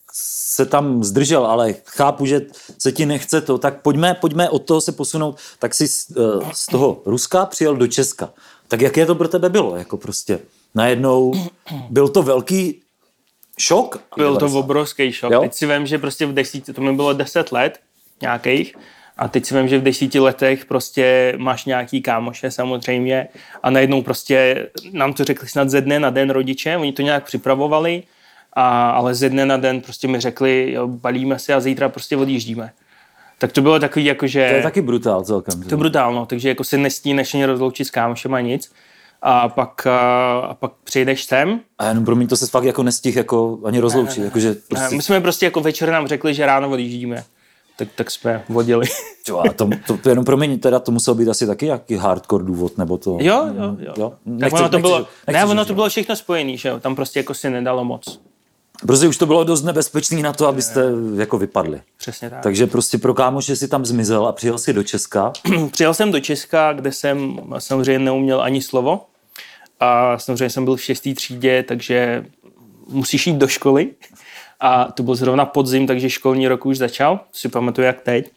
se tam zdržel, ale chápu, že se ti nechce to, tak pojďme, pojďme od toho se posunout, tak si z, z toho Ruska přijel do Česka. Tak jaké to pro tebe bylo? Jako prostě najednou byl to velký šok? Byl to obrovský šok. Jo? Teď si vím, že prostě v desíti, to mi bylo deset let nějakých, a teď si vím, že v desíti letech prostě máš nějaký kámoše samozřejmě a najednou prostě nám to řekli snad ze dne na den rodiče, oni to nějak připravovali, a, ale ze dne na den prostě mi řekli, jo, balíme se a zítra prostě odjíždíme. Tak to bylo takový jako, že... To je taky brutál celkem. To je brutálno, takže jako se nestíneš ani rozloučit s kámošem a nic. A pak, a, a pak přijdeš sem. A jenom pro mě to se fakt jako nestih jako ani rozloučit. Ne, ne, jako, že prostě... My jsme prostě jako večer nám řekli, že ráno odjíždíme. Tak, tak jsme vodili. Jo, a to, to, to jenom pro mě teda to muselo být asi taky jaký hardcore důvod, nebo to... Jo, jo, jo. jo? Nechci, tak ono to bylo, nechci, ne, ono to bylo všechno spojený, že jo, tam prostě jako si nedalo moc. Prostě už to bylo dost nebezpečný na to, abyste jako vypadli. Přesně tak. Takže prostě pro kámoše si tam zmizel a přijel si do Česka. Přijel jsem do Česka, kde jsem samozřejmě neuměl ani slovo. A samozřejmě jsem byl v šesté třídě, takže musíš jít do školy. A to byl zrovna podzim, takže školní rok už začal. Si pamatuju jak teď.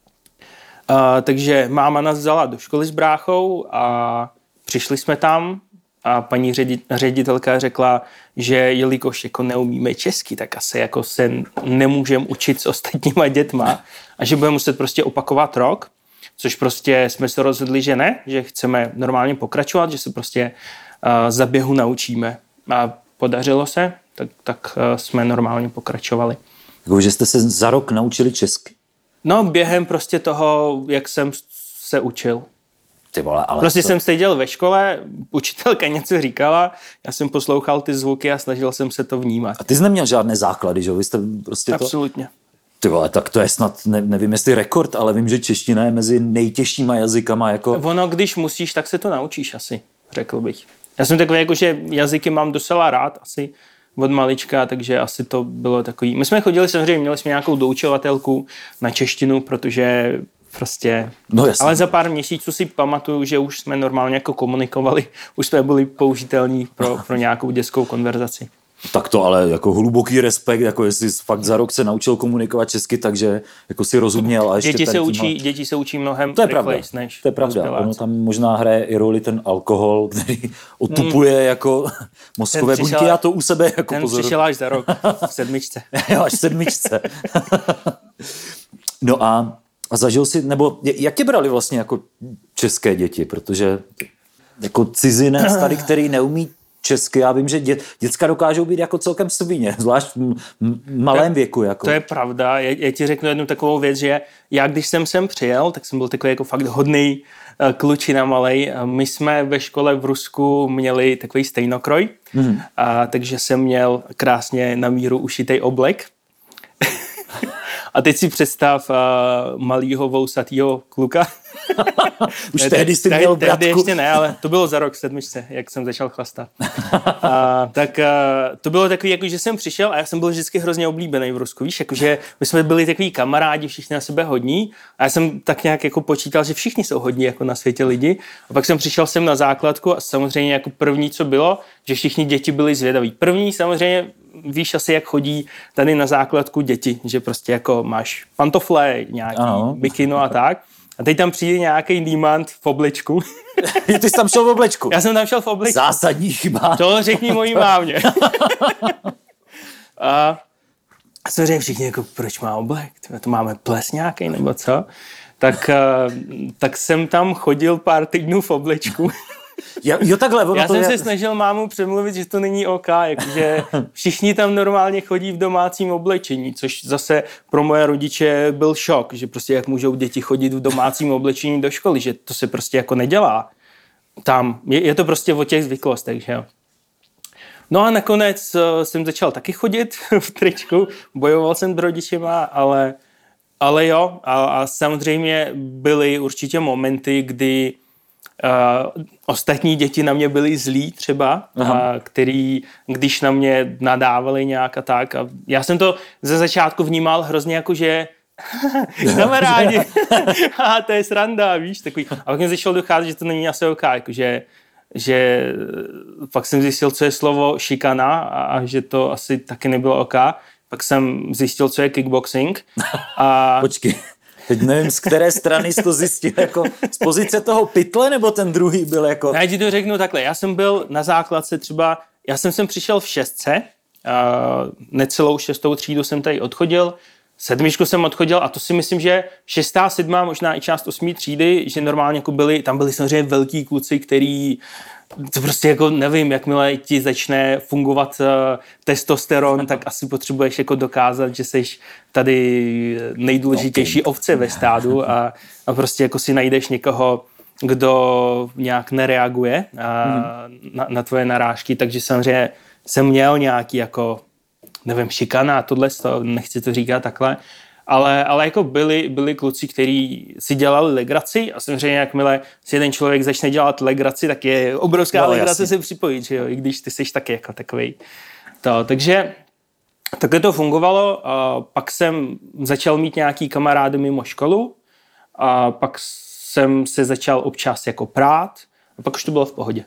A, takže máma nás vzala do školy s bráchou a přišli jsme tam. A paní ředitelka řekla, že jelikož jako neumíme česky, tak asi jako se nemůžeme učit s ostatníma dětma a že budeme muset prostě opakovat rok, což prostě jsme se rozhodli, že ne, že chceme normálně pokračovat, že se prostě uh, za běhu naučíme. A podařilo se, tak, tak uh, jsme normálně pokračovali. Jako, že jste se za rok naučili česky? No, během prostě toho, jak jsem se učil. Ty vole, ale prostě to... jsem seděl ve škole, učitelka něco říkala, já jsem poslouchal ty zvuky a snažil jsem se to vnímat. A ty jsi neměl žádné základy, že jo? Vy jste prostě Absolutně. To... Ty vole, tak to je snad, ne, nevím jestli rekord, ale vím, že čeština je mezi nejtěžšíma jazykama. Jako... Ono, když musíš, tak se to naučíš asi, řekl bych. Já jsem takový, jako, že jazyky mám docela rád, asi od malička, takže asi to bylo takový. My jsme chodili samozřejmě, měli jsme nějakou doučovatelku na češtinu, protože prostě... No jasně. Ale za pár měsíců si pamatuju, že už jsme normálně jako komunikovali, už jsme byli použitelní pro, pro nějakou dětskou konverzaci. Tak to ale jako hluboký respekt, jako jestli fakt za rok se naučil komunikovat česky, takže jako si rozuměl a ještě děti se tímhle... učí, děti se učí mnohem to je pravda, než to je pravda. Ono tam možná hraje i roli ten alkohol, který otupuje mm. jako mozkové buňky, já to u sebe jako ten pozoruju. Ten přišel až za rok, v sedmičce. Jo, až v sedmičce. No a, a zažil si, nebo jak tě brali vlastně jako české děti, protože jako cizinec tady, který neumí česky, já vím, že dě, děcka dokážou být jako celkem svině, zvlášť v m- malém věku. Jako. To je pravda. Já, já ti řeknu jednu takovou věc, že já, když jsem sem přijel, tak jsem byl takový jako fakt hodný uh, klučina malej. My jsme ve škole v Rusku měli takový stejnokroj, mm. a, takže jsem měl krásně na míru ušitej oblek. A teď si představ uh, malýho vousatýho kluka. Už ne, tehdy jsi měl bratku. Tehdy ještě ne, ale to bylo za rok v sedmičce, jak jsem začal chlastat. A, tak a, to bylo takový, jako, že jsem přišel a já jsem byl vždycky hrozně oblíbený v Rusku, víš, jakože my jsme byli takový kamarádi, všichni na sebe hodní a já jsem tak nějak jako počítal, že všichni jsou hodní jako na světě lidi. A pak jsem přišel sem na základku a samozřejmě jako první, co bylo, že všichni děti byli zvědaví. První samozřejmě víš asi, jak chodí tady na základku děti, že prostě jako máš pantofle, nějaký ano. bikino a tak. A teď tam přijde nějaký nímant v oblečku. Ty jsi tam šel v oblečku? Já jsem tam šel v oblečku. Zásadní chyba. To řekni mojí mámě. A jsem řekl všichni, jako, proč má oblek? To máme ples nějaký nebo co? Tak, tak jsem tam chodil pár týdnů v oblečku. Jo, jo takhle. Ono Já to jsem je... se snažil mámu přemluvit, že to není OK, jakože všichni tam normálně chodí v domácím oblečení, což zase pro moje rodiče byl šok, že prostě jak můžou děti chodit v domácím oblečení do školy, že to se prostě jako nedělá. Tam je, je to prostě o těch zvyklostech, že jo. No a nakonec uh, jsem začal taky chodit v tričku, bojoval jsem s rodičema, ale, ale jo, a, a samozřejmě byly určitě momenty, kdy Uh, ostatní děti na mě byly zlí třeba, uh, který, když na mě nadávali nějak a tak. A já jsem to ze začátku vnímal hrozně jako, že kamarádi, a to je sranda, víš, takový. A pak mi začalo docházet, že to není asi OK, jako, že, že pak jsem zjistil, co je slovo šikana a, a že to asi taky nebylo OK. pak jsem zjistil, co je kickboxing. A... Počkej, teď nevím, z které strany jsi to zjistil, jako z pozice toho pytle, nebo ten druhý byl jako... Já ti to řeknu takhle, já jsem byl na základce třeba, já jsem sem přišel v šestce, uh, necelou šestou třídu jsem tady odchodil, sedmičku jsem odchodil a to si myslím, že šestá, sedmá, možná i část osmý třídy, že normálně jako byli, tam byli samozřejmě velký kluci, který to prostě jako nevím, jakmile ti začne fungovat uh, testosteron, tak asi potřebuješ jako dokázat, že seš tady nejdůležitější ovce ve stádu a, a prostě jako si najdeš někoho, kdo nějak nereaguje a, mm. na, na tvoje narážky, takže samozřejmě jsem měl nějaký jako nevím, šikana, tohle, to, nechci to říkat takhle, ale, ale jako byli, byli kluci, kteří si dělali legraci a samozřejmě jakmile si jeden člověk začne dělat legraci, tak je obrovská no, legrace jasně. Se připojit, že jo, i když ty jsi taky jako takovej. To, takže takhle to fungovalo a pak jsem začal mít nějaký kamarády mimo školu a pak jsem se začal občas jako prát a pak už to bylo v pohodě.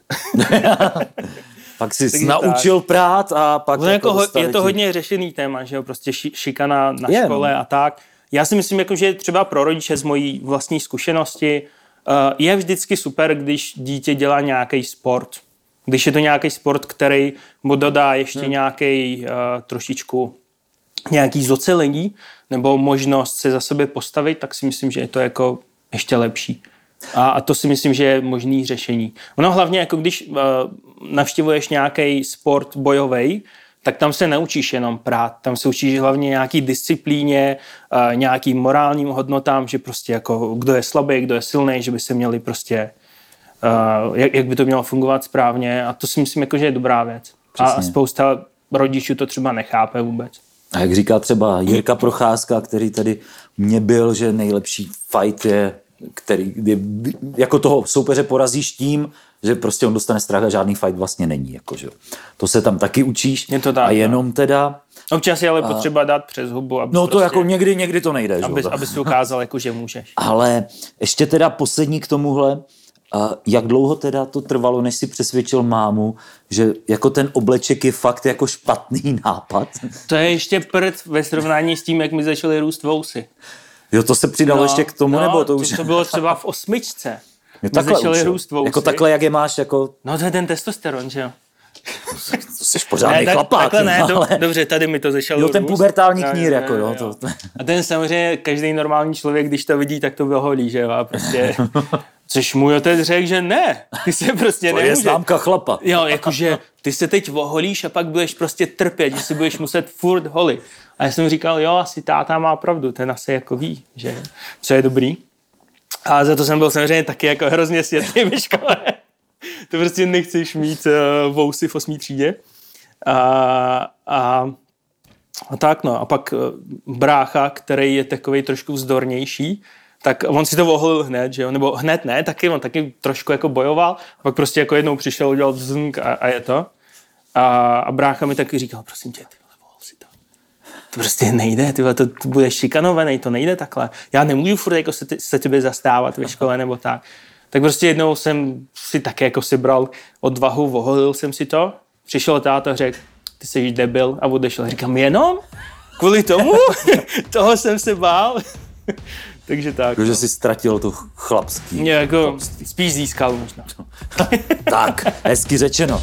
Pak jsi naučil tak. prát a pak... No jako jako je to hodně řešený téma, že jo, prostě ši, šikana na je, škole no. a tak. Já si myslím, jako, že třeba pro rodiče z mojí vlastní zkušenosti uh, je vždycky super, když dítě dělá nějaký sport. Když je to nějaký sport, který mu dodá ještě hmm. nějaký uh, trošičku nějaký zocelení nebo možnost se za sebe postavit, tak si myslím, že je to jako ještě lepší. A, a to si myslím, že je možný řešení. Ono hlavně, jako když uh, navštěvuješ nějaký sport bojovej, tak tam se neučíš jenom prát, tam se učíš hlavně nějaký disciplíně, uh, nějakým morálním hodnotám, že prostě jako kdo je slabý, kdo je silný, že by se měli prostě, uh, jak, jak by to mělo fungovat správně a to si myslím, jako, že je dobrá věc. Přesně. A spousta rodičů to třeba nechápe vůbec. A jak říká třeba Jirka Procházka, který tady mě byl, že nejlepší fight je který kdy, jako toho soupeře porazíš tím, že prostě on dostane strach a žádný fight vlastně není. Jako, že? To se tam taky učíš je to tak, a jenom no. teda... Občas je ale a... potřeba dát přes hubu. No to prostě, jako někdy, někdy to nejde. Aby, aby si ukázal, jako, že můžeš. Ale ještě teda poslední k tomuhle, a jak dlouho teda to trvalo, než si přesvědčil mámu, že jako ten obleček je fakt jako špatný nápad? To je ještě prd ve srovnání s tím, jak mi začaly růst vousy. Jo, to se přidalo no, ještě k tomu, no, nebo to už... To, to bylo třeba v osmičce. Začaly růst vousy. Jako takhle, jak je máš, jako... No to je ten testosteron, že jo. To jsi pořádný ne, chlapák. Takhle ne, ale... do, dobře, tady mi to začalo Jo, ten růst. pubertální knír, jako jo. To... A ten samozřejmě, každý normální člověk, když to vidí, tak to vyholí, že jo, a prostě... Což můj otec řekl, že ne, ty se prostě to nemůže. To je známka chlapa. Jo, jakože ty se teď oholíš a pak budeš prostě trpět, že si budeš muset furt holit. A já jsem říkal, jo, asi táta má pravdu, ten asi jako ví, že co je dobrý. A za to jsem byl samozřejmě taky jako hrozně světlý ve škole. To prostě nechceš mít uh, vousy v osmý třídě. A, a, a tak no, a pak uh, brácha, který je takovej trošku vzdornější, tak on si to oholil hned, že jo, nebo hned ne, taky on taky trošku jako bojoval, a pak prostě jako jednou přišel, udělal vzunk a, a je to. A, a brácha mi taky říkal, prosím tě, ty vole, vohol si to. To prostě nejde, ty vole, to, to budeš šikanovaný, to nejde takhle. Já nemůžu furt jako se, se tebe zastávat ve škole nebo tak. Tak prostě jednou jsem si také jako si bral odvahu, oholil jsem si to, přišel táta a řekl, ty jsi debil a odešel. Říkám, jenom? Kvůli tomu? Toho jsem se bál. Takže tak. Takže no. jsi ztratil to chlapský. Mě jako chlapství. Spíš získal možná. Tak, hezky řečeno.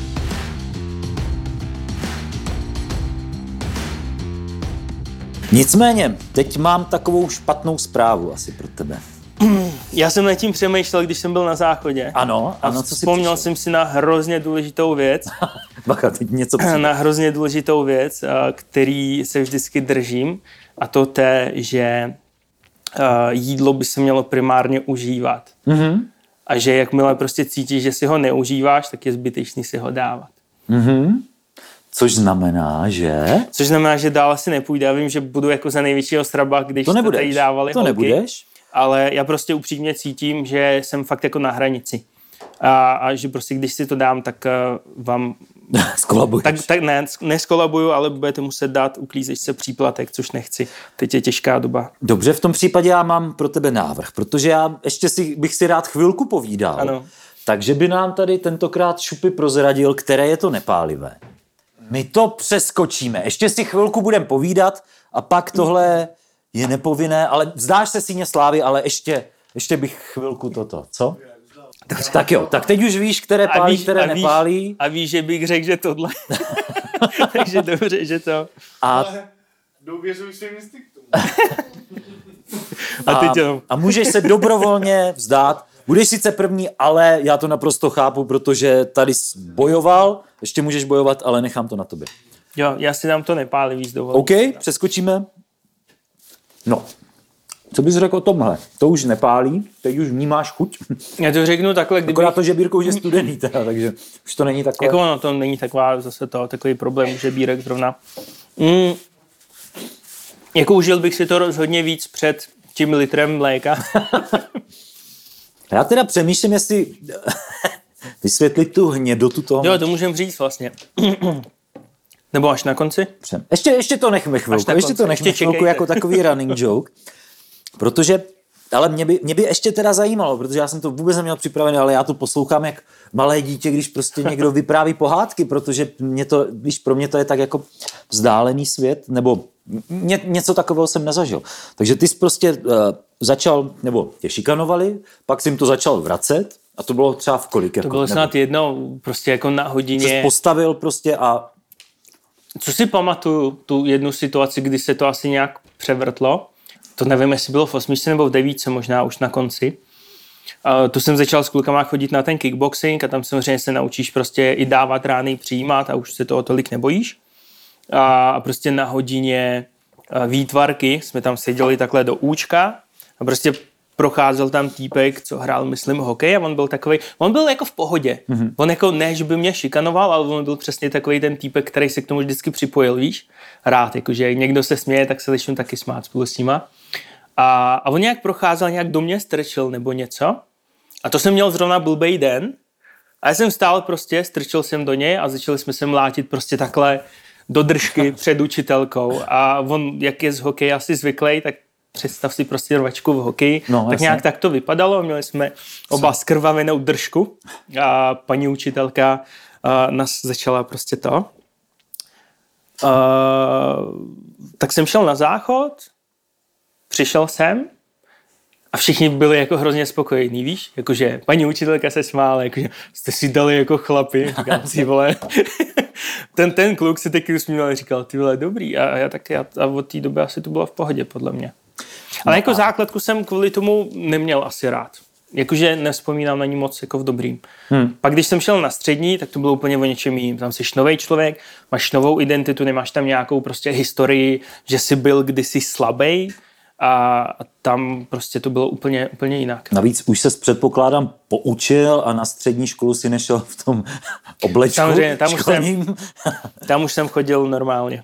Nicméně, teď mám takovou špatnou zprávu asi pro tebe. Já jsem nad tím přemýšlel, když jsem byl na záchodě. Ano, ano, co si vzpomněl jsem si na hrozně důležitou věc. Bacha, teď něco přijde. Na hrozně důležitou věc, který se vždycky držím. A to je, že jídlo by se mělo primárně užívat. Mm-hmm. A že jakmile prostě cítíš, že si ho neužíváš, tak je zbytečný si ho dávat. Mm-hmm. Což znamená, že... Což znamená, že dál asi nepůjde. Já vím, že budu jako za největšího straba, když to tady dávali To holky, nebudeš. Ale já prostě upřímně cítím, že jsem fakt jako na hranici. A, a že prostě když si to dám, tak uh, vám... Skolabuješ. Tak, tak ne, neskolabuju, ale budete muset dát uklízečce příplatek, což nechci. Teď je těžká doba. Dobře, v tom případě já mám pro tebe návrh, protože já ještě si, bych si rád chvilku povídal. Ano. Takže by nám tady tentokrát Šupy prozradil, které je to nepálivé. My to přeskočíme. Ještě si chvilku budeme povídat a pak tohle je nepovinné, ale vzdáš se síně slávy, ale ještě, ještě bych chvilku toto, co? Dobře. Tak jo, tak teď už víš, které pálí, víš, které a víš, nepálí. A víš, že bych řekl, že tohle. Takže dobře, že to. A... Důvěřuj svým instinktům. a, a, a můžeš se dobrovolně vzdát. Budeš sice první, ale já to naprosto chápu, protože tady bojoval, ještě můžeš bojovat, ale nechám to na tobě. Jo, já si dám to nepálivý z dovolení. OK, přeskočíme. No, co bys řekl o tomhle? To už nepálí, teď už vnímáš chuť. Já to řeknu takhle, kdyby... Akorát to žebírko už je studený teda, takže už to není takové... Jako ono, to není taková zase to, takový problém, žebírek zrovna. Mm, jako užil bych si to rozhodně víc před tím litrem mléka. Já teda přemýšlím, jestli vysvětlit tu hnědotu toho... Jo, to můžem říct vlastně. Nebo až na konci? Ještě, ještě to nechme chvilku, ještě to nechme ještě chvilku jako takový running joke. Protože, ale mě by, mě by ještě teda zajímalo, protože já jsem to vůbec neměl připravené, ale já to poslouchám jak malé dítě, když prostě někdo vypráví pohádky, protože mě to, víš, pro mě to je tak jako vzdálený svět, nebo ně, něco takového jsem nezažil. Takže ty jsi prostě uh, začal, nebo tě šikanovali, pak jsi jim to začal vracet a to bylo třeba v kolik? To jako, bylo snad nebo, jedno, prostě jako na hodině. Jsi postavil prostě a... Co si pamatuju, tu jednu situaci, kdy se to asi nějak převrtlo, to nevím, jestli bylo v osmičce nebo v devíce, možná už na konci. Uh, tu jsem začal s klukama chodit na ten kickboxing a tam samozřejmě se naučíš prostě i dávat rány, přijímat a už se toho tolik nebojíš. A, a prostě na hodině uh, výtvarky jsme tam seděli takhle do účka a prostě procházel tam týpek, co hrál, myslím, hokej a on byl takovej, on byl jako v pohodě. Mm-hmm. On jako ne, že by mě šikanoval, ale on byl přesně takový ten týpek, který se k tomu vždycky připojil, víš? Rád, jakože někdo se směje, tak se začnu taky smát spolu s nima. A, a on nějak procházel, nějak do mě strčil nebo něco. A to jsem měl zrovna blbej den. A já jsem stál prostě, strčil jsem do něj a začali jsme se mlátit prostě takhle do držky před učitelkou. A on, jak je z hokeje asi zvyklý, tak představ si prostě rvačku v hokeji. No, tak jasně. Nějak tak to vypadalo. Měli jsme oba skrvavenou držku. A paní učitelka a, nás začala prostě to. A, tak jsem šel na záchod, přišel jsem a všichni byli jako hrozně spokojení, víš? Jakože paní učitelka se smála, jakože jste si dali jako chlapi. Říkám, ty vole. ten, ten kluk se taky usmíval a říkal, ty vole, dobrý. A já taky, a, a od té doby asi to bylo v pohodě, podle mě. Ale no jako a... základku jsem kvůli tomu neměl asi rád. Jakože nevzpomínám na ní moc jako v dobrým. Hmm. Pak když jsem šel na střední, tak to bylo úplně o něčem jiným. Tam jsi novej člověk, máš novou identitu, nemáš tam nějakou prostě historii, že jsi byl kdysi slabej a tam prostě to bylo úplně, úplně jinak. Navíc už se předpokládám poučil a na střední školu si nešel v tom oblečku. Samozřejmě, tam už, jsem, tam už jsem chodil normálně.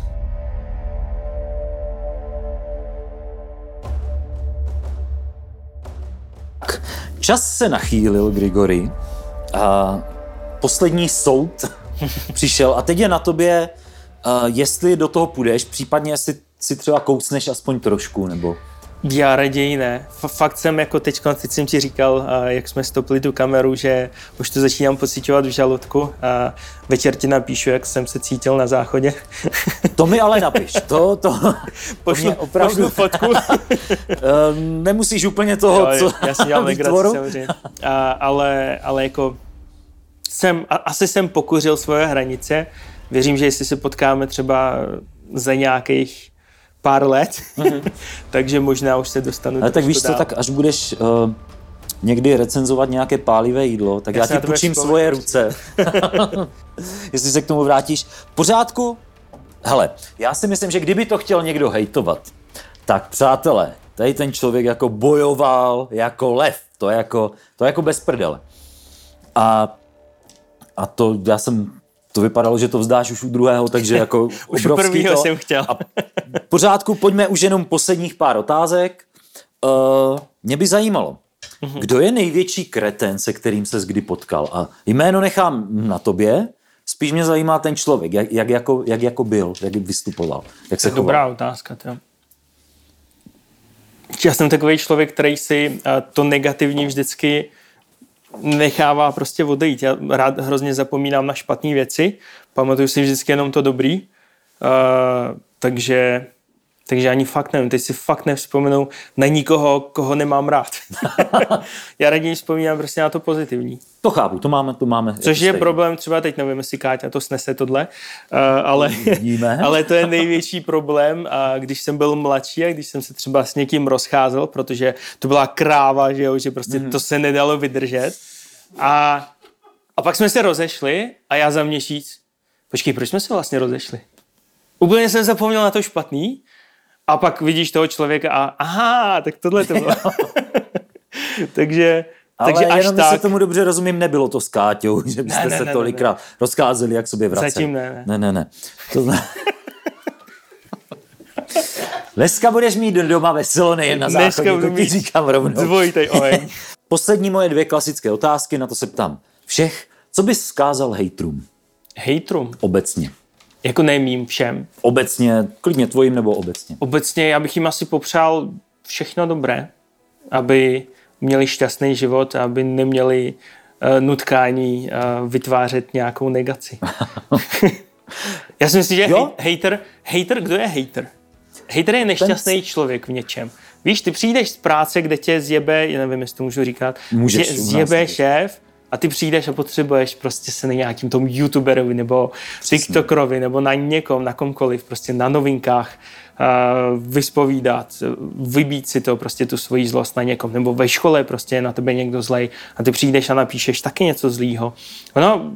Čas se nachýlil, Grigory, a poslední soud přišel a teď je na tobě, jestli do toho půjdeš, případně jestli si třeba kousneš aspoň trošku, nebo... Já raději ne. Fakt jsem jako teď, teď jsem ti říkal, jak jsme stopli tu kameru, že už to začínám pociťovat v žaludku a večer ti napíšu, jak jsem se cítil na záchodě. To mi ale napiš. To, to, pošlu, to opravdu... pošlu fotku. Nemusíš úplně toho, jo, co... Já si dělám legraci samozřejmě. A, ale, ale jako jsem, asi jsem pokuřil svoje hranice. Věřím, že jestli se potkáme třeba za nějakých pár let, mm-hmm. takže možná už se dostanu. Ale tak víš co, tak až budeš uh, někdy recenzovat nějaké pálivé jídlo, tak já, já ti půjčím svoje ruce. Jestli se k tomu vrátíš. V pořádku? Hele, já si myslím, že kdyby to chtěl někdo hejtovat, tak přátelé, tady ten člověk jako bojoval jako lev. To je jako, to je jako bez prdele. A, a to já jsem... To vypadalo, že to vzdáš už u druhého, takže jako už obrovský prvního to. jsem chtěl. A v pořádku, pojďme už jenom posledních pár otázek. Uh, mě by zajímalo, mm-hmm. kdo je největší kretén, se kterým ses kdy potkal? A jméno nechám na tobě, spíš mě zajímá ten člověk, jak, jak, jako, jak jako byl, jak vystupoval, jak se choval. Dobrá otázka, to. Já jsem takový člověk, který si to negativní vždycky nechává prostě odejít. Já rád hrozně zapomínám na špatné věci, pamatuju si vždycky jenom to dobrý, uh, takže, takže ani fakt nevím, teď si fakt nevzpomenu na nikoho, koho nemám rád. Já raději vzpomínám prostě na to pozitivní. To chápu, to máme, to máme. Což je problém, třeba teď nevím, jestli Káťa to snese tohle, uh, ale, ale to je největší problém, uh, když jsem byl mladší a když jsem se třeba s někým rozcházel, protože to byla kráva, že, jo, že prostě mm. to se nedalo vydržet. A, a pak jsme se rozešli a já za měsíc, počkej, proč jsme se vlastně rozešli? Úplně jsem zapomněl na to špatný a pak vidíš toho člověka a aha, tak tohle to bylo. takže... Ale Takže až jenom, tak... jestli tomu dobře rozumím, nebylo to s Káťou, že byste ne, ne, se ne, tolikrát ne. rozcházeli, jak sobě vraceli. Zatím ne, ne. Ne, ne, ne. To zna... Dneska budeš mít doma veselo, nejen na záchodě, to ti říkám rovnou. Dvojitej oheň. Poslední moje dvě klasické otázky, na to se ptám všech. Co bys vzkázal hejtrům? Hejtrům? Obecně. Jako nemím všem. Obecně, klidně tvojím nebo obecně? Obecně já bych jim asi popřál všechno dobré, aby měli šťastný život, aby neměli uh, nutkání uh, vytvářet nějakou negaci. Já si myslím, že hej, hejter, hejter, kdo je hejter? Hejter je nešťastný Ten... člověk v něčem. Víš, ty přijdeš z práce, kde tě zjebe, já nevím, jestli to můžu říkat, Můžeš, tě zjebe šéf a ty přijdeš a potřebuješ prostě se na nějakým tom youtuberovi nebo Přesně. tiktokerovi nebo na někom, na komkoliv, prostě na novinkách uh, vyspovídat, vybít si to, prostě tu svoji zlost na někom, nebo ve škole prostě je na tebe někdo zlej a ty přijdeš a napíšeš taky něco zlýho. No,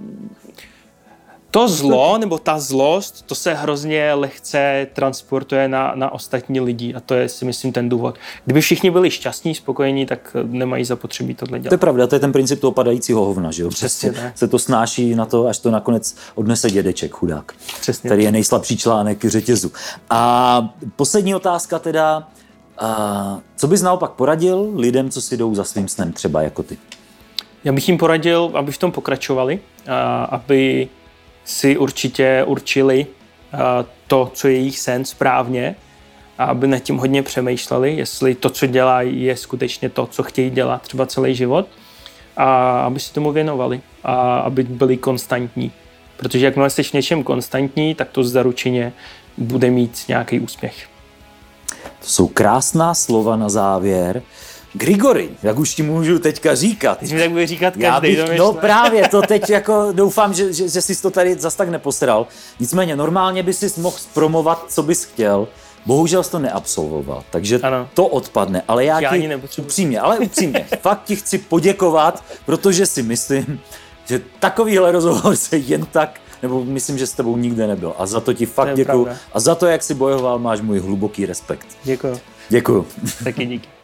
to zlo, nebo ta zlost, to se hrozně lehce transportuje na, na ostatní lidi a to je, si myslím, ten důvod. Kdyby všichni byli šťastní, spokojení, tak nemají zapotřebí tohle dělat. To je pravda, to je ten princip toho padajícího hovna, že jo? Přesně Přesně se to snáší na to, až to nakonec odnese dědeček, chudák. Přesně. Tady je nejslabší článek řetězu. A poslední otázka teda, a co bys naopak poradil lidem, co si jdou za svým snem, třeba jako ty? Já bych jim poradil, aby v tom pokračovali, a aby si určitě určili to, co je jejich sen správně a aby nad tím hodně přemýšleli, jestli to, co dělají, je skutečně to, co chtějí dělat třeba celý život a aby si tomu věnovali a aby byli konstantní. Protože jakmile jsi v něčem konstantní, tak to zaručeně bude mít nějaký úspěch. To jsou krásná slova na závěr. Grigory, jak už ti můžu teďka říkat. Teď mi tak bude říkat každý. Já bych, no právě, to teď jako doufám, že, že, že jsi to tady zas tak nepostaral. Nicméně, normálně bys si mohl promovat, co bys chtěl. Bohužel jsi to neabsolvoval, takže ano. To odpadne. Ale já, já ti upřímně, ale upřímně, fakt ti chci poděkovat, protože si myslím, že takovýhle rozhovor se jen tak, nebo myslím, že s tebou nikde nebyl. A za to ti fakt děkuju. A za to, jak jsi bojoval, máš můj hluboký respekt. Děkuju. Děkuju. Taky díky.